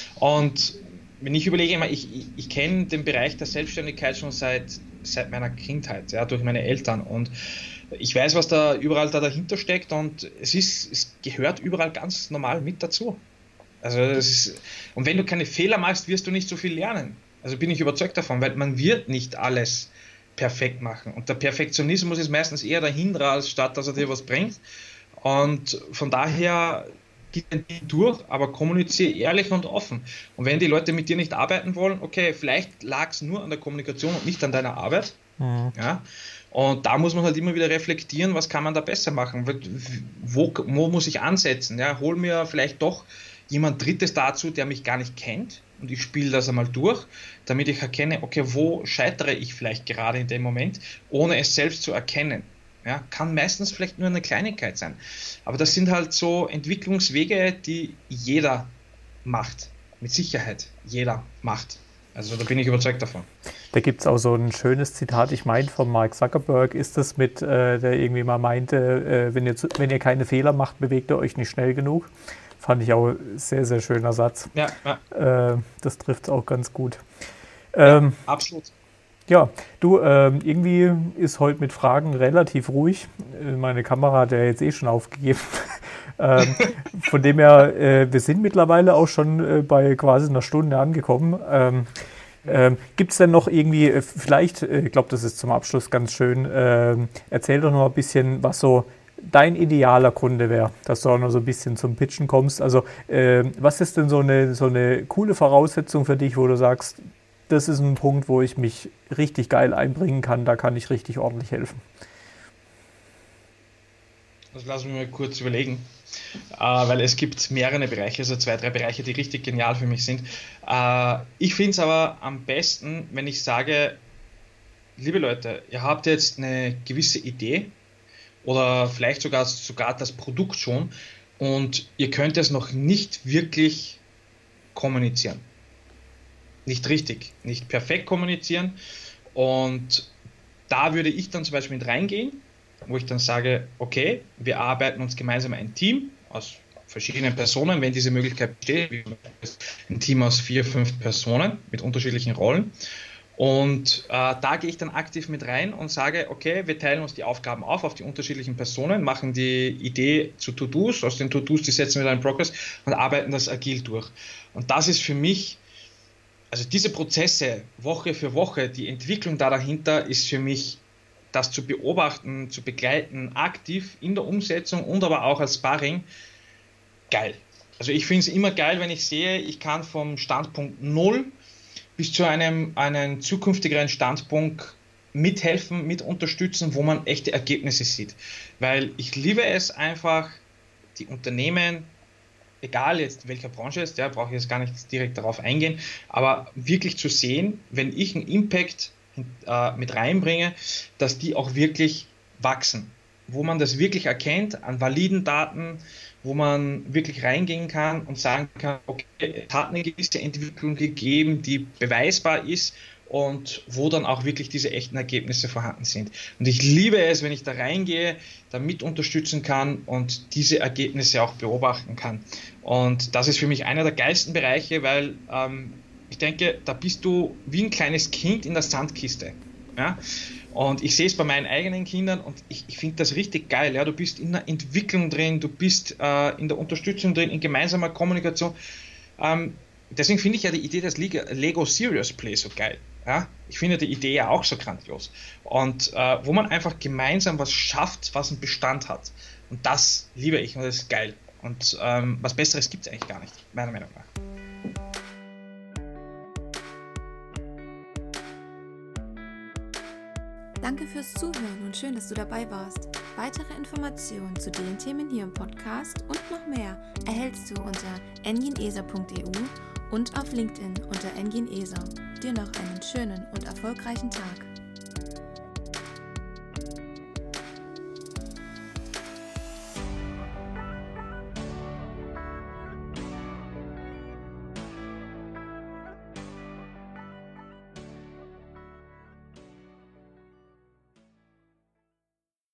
Und wenn ich überlege, ich, ich, ich kenne den Bereich der Selbstständigkeit schon seit, seit meiner Kindheit, ja, durch meine Eltern und ich weiß, was da überall da dahinter steckt und es ist, es gehört überall ganz normal mit dazu. Also das ist, und wenn du keine Fehler machst, wirst du nicht so viel lernen. Also bin ich überzeugt davon, weil man wird nicht alles perfekt machen. Und der Perfektionismus ist meistens eher der Hinderer, als statt, dass er dir was bringt. Und von daher gib den Deal durch, aber kommuniziere ehrlich und offen. Und wenn die Leute mit dir nicht arbeiten wollen, okay, vielleicht lag es nur an der Kommunikation und nicht an deiner Arbeit. Mhm. Ja. Und da muss man halt immer wieder reflektieren, was kann man da besser machen? Wo, wo muss ich ansetzen? Ja, hol mir vielleicht doch jemand Drittes dazu, der mich gar nicht kennt, und ich spiele das einmal durch, damit ich erkenne, okay, wo scheitere ich vielleicht gerade in dem Moment, ohne es selbst zu erkennen. Ja, kann meistens vielleicht nur eine Kleinigkeit sein. Aber das sind halt so Entwicklungswege, die jeder macht. Mit Sicherheit jeder macht. Also da bin ich überzeugt davon. Da gibt es auch so ein schönes Zitat, ich meine von Mark Zuckerberg, ist das mit, äh, der irgendwie mal meinte, äh, wenn, ihr, wenn ihr keine Fehler macht, bewegt ihr euch nicht schnell genug. Fand ich auch ein sehr, sehr schöner Satz. Ja, ja. Äh, das trifft es auch ganz gut. Ähm, ja, absolut. Ja, du, ähm, irgendwie ist heute mit Fragen relativ ruhig. Meine Kamera hat ja jetzt eh schon aufgegeben. ähm, von dem her, äh, wir sind mittlerweile auch schon äh, bei quasi einer Stunde angekommen. Ähm, ähm, gibt es denn noch irgendwie, äh, vielleicht, äh, ich glaube, das ist zum Abschluss ganz schön, äh, erzähl doch noch ein bisschen, was so dein idealer Kunde wäre, dass du auch noch so ein bisschen zum Pitchen kommst. Also, äh, was ist denn so eine, so eine coole Voraussetzung für dich, wo du sagst, das ist ein Punkt, wo ich mich richtig geil einbringen kann, da kann ich richtig ordentlich helfen. Das lassen wir mal kurz überlegen, äh, weil es gibt mehrere Bereiche, also zwei, drei Bereiche, die richtig genial für mich sind. Äh, ich finde es aber am besten, wenn ich sage, liebe Leute, ihr habt jetzt eine gewisse Idee oder vielleicht sogar, sogar das Produkt schon und ihr könnt es noch nicht wirklich kommunizieren. Nicht richtig, nicht perfekt kommunizieren, und da würde ich dann zum Beispiel mit reingehen, wo ich dann sage, okay, wir arbeiten uns gemeinsam ein Team aus verschiedenen Personen, wenn diese Möglichkeit besteht, wie ein Team aus vier, fünf Personen mit unterschiedlichen Rollen, und äh, da gehe ich dann aktiv mit rein und sage, okay, wir teilen uns die Aufgaben auf auf die unterschiedlichen Personen, machen die Idee zu To-Dos, aus den To-Dos, die setzen wir dann in Progress und arbeiten das agil durch. Und das ist für mich, also diese Prozesse Woche für Woche, die Entwicklung da dahinter ist für mich, das zu beobachten, zu begleiten, aktiv in der Umsetzung und aber auch als Sparring, geil. Also ich finde es immer geil, wenn ich sehe, ich kann vom Standpunkt null bis zu einem, einem zukünftigeren Standpunkt mithelfen, mit unterstützen, wo man echte Ergebnisse sieht. Weil ich liebe es einfach, die Unternehmen, egal jetzt welcher Branche ist, ja, brauche ich jetzt gar nicht direkt darauf eingehen, aber wirklich zu sehen, wenn ich einen Impact äh, mit reinbringe, dass die auch wirklich wachsen, wo man das wirklich erkennt an validen Daten, wo man wirklich reingehen kann und sagen kann, okay, es hat eine gewisse Entwicklung gegeben, die beweisbar ist und wo dann auch wirklich diese echten Ergebnisse vorhanden sind. Und ich liebe es, wenn ich da reingehe, da mit unterstützen kann und diese Ergebnisse auch beobachten kann. Und das ist für mich einer der geilsten Bereiche, weil ähm, ich denke, da bist du wie ein kleines Kind in der Sandkiste. Ja? Und ich sehe es bei meinen eigenen Kindern und ich, ich finde das richtig geil. Ja? Du bist in der Entwicklung drin, du bist äh, in der Unterstützung drin, in gemeinsamer Kommunikation. Ähm, deswegen finde ich ja die Idee des Lego Serious Play so geil. Ja? Ich finde die Idee ja auch so grandios. Und äh, wo man einfach gemeinsam was schafft, was einen Bestand hat. Und das liebe ich und das ist geil. Und ähm, was Besseres gibt es eigentlich gar nicht, meiner Meinung nach. Danke fürs Zuhören und schön, dass du dabei warst. Weitere Informationen zu den Themen hier im Podcast und noch mehr erhältst du unter enginesa punkt e u und auf LinkedIn unter enginesa. Dir noch einen schönen und erfolgreichen Tag.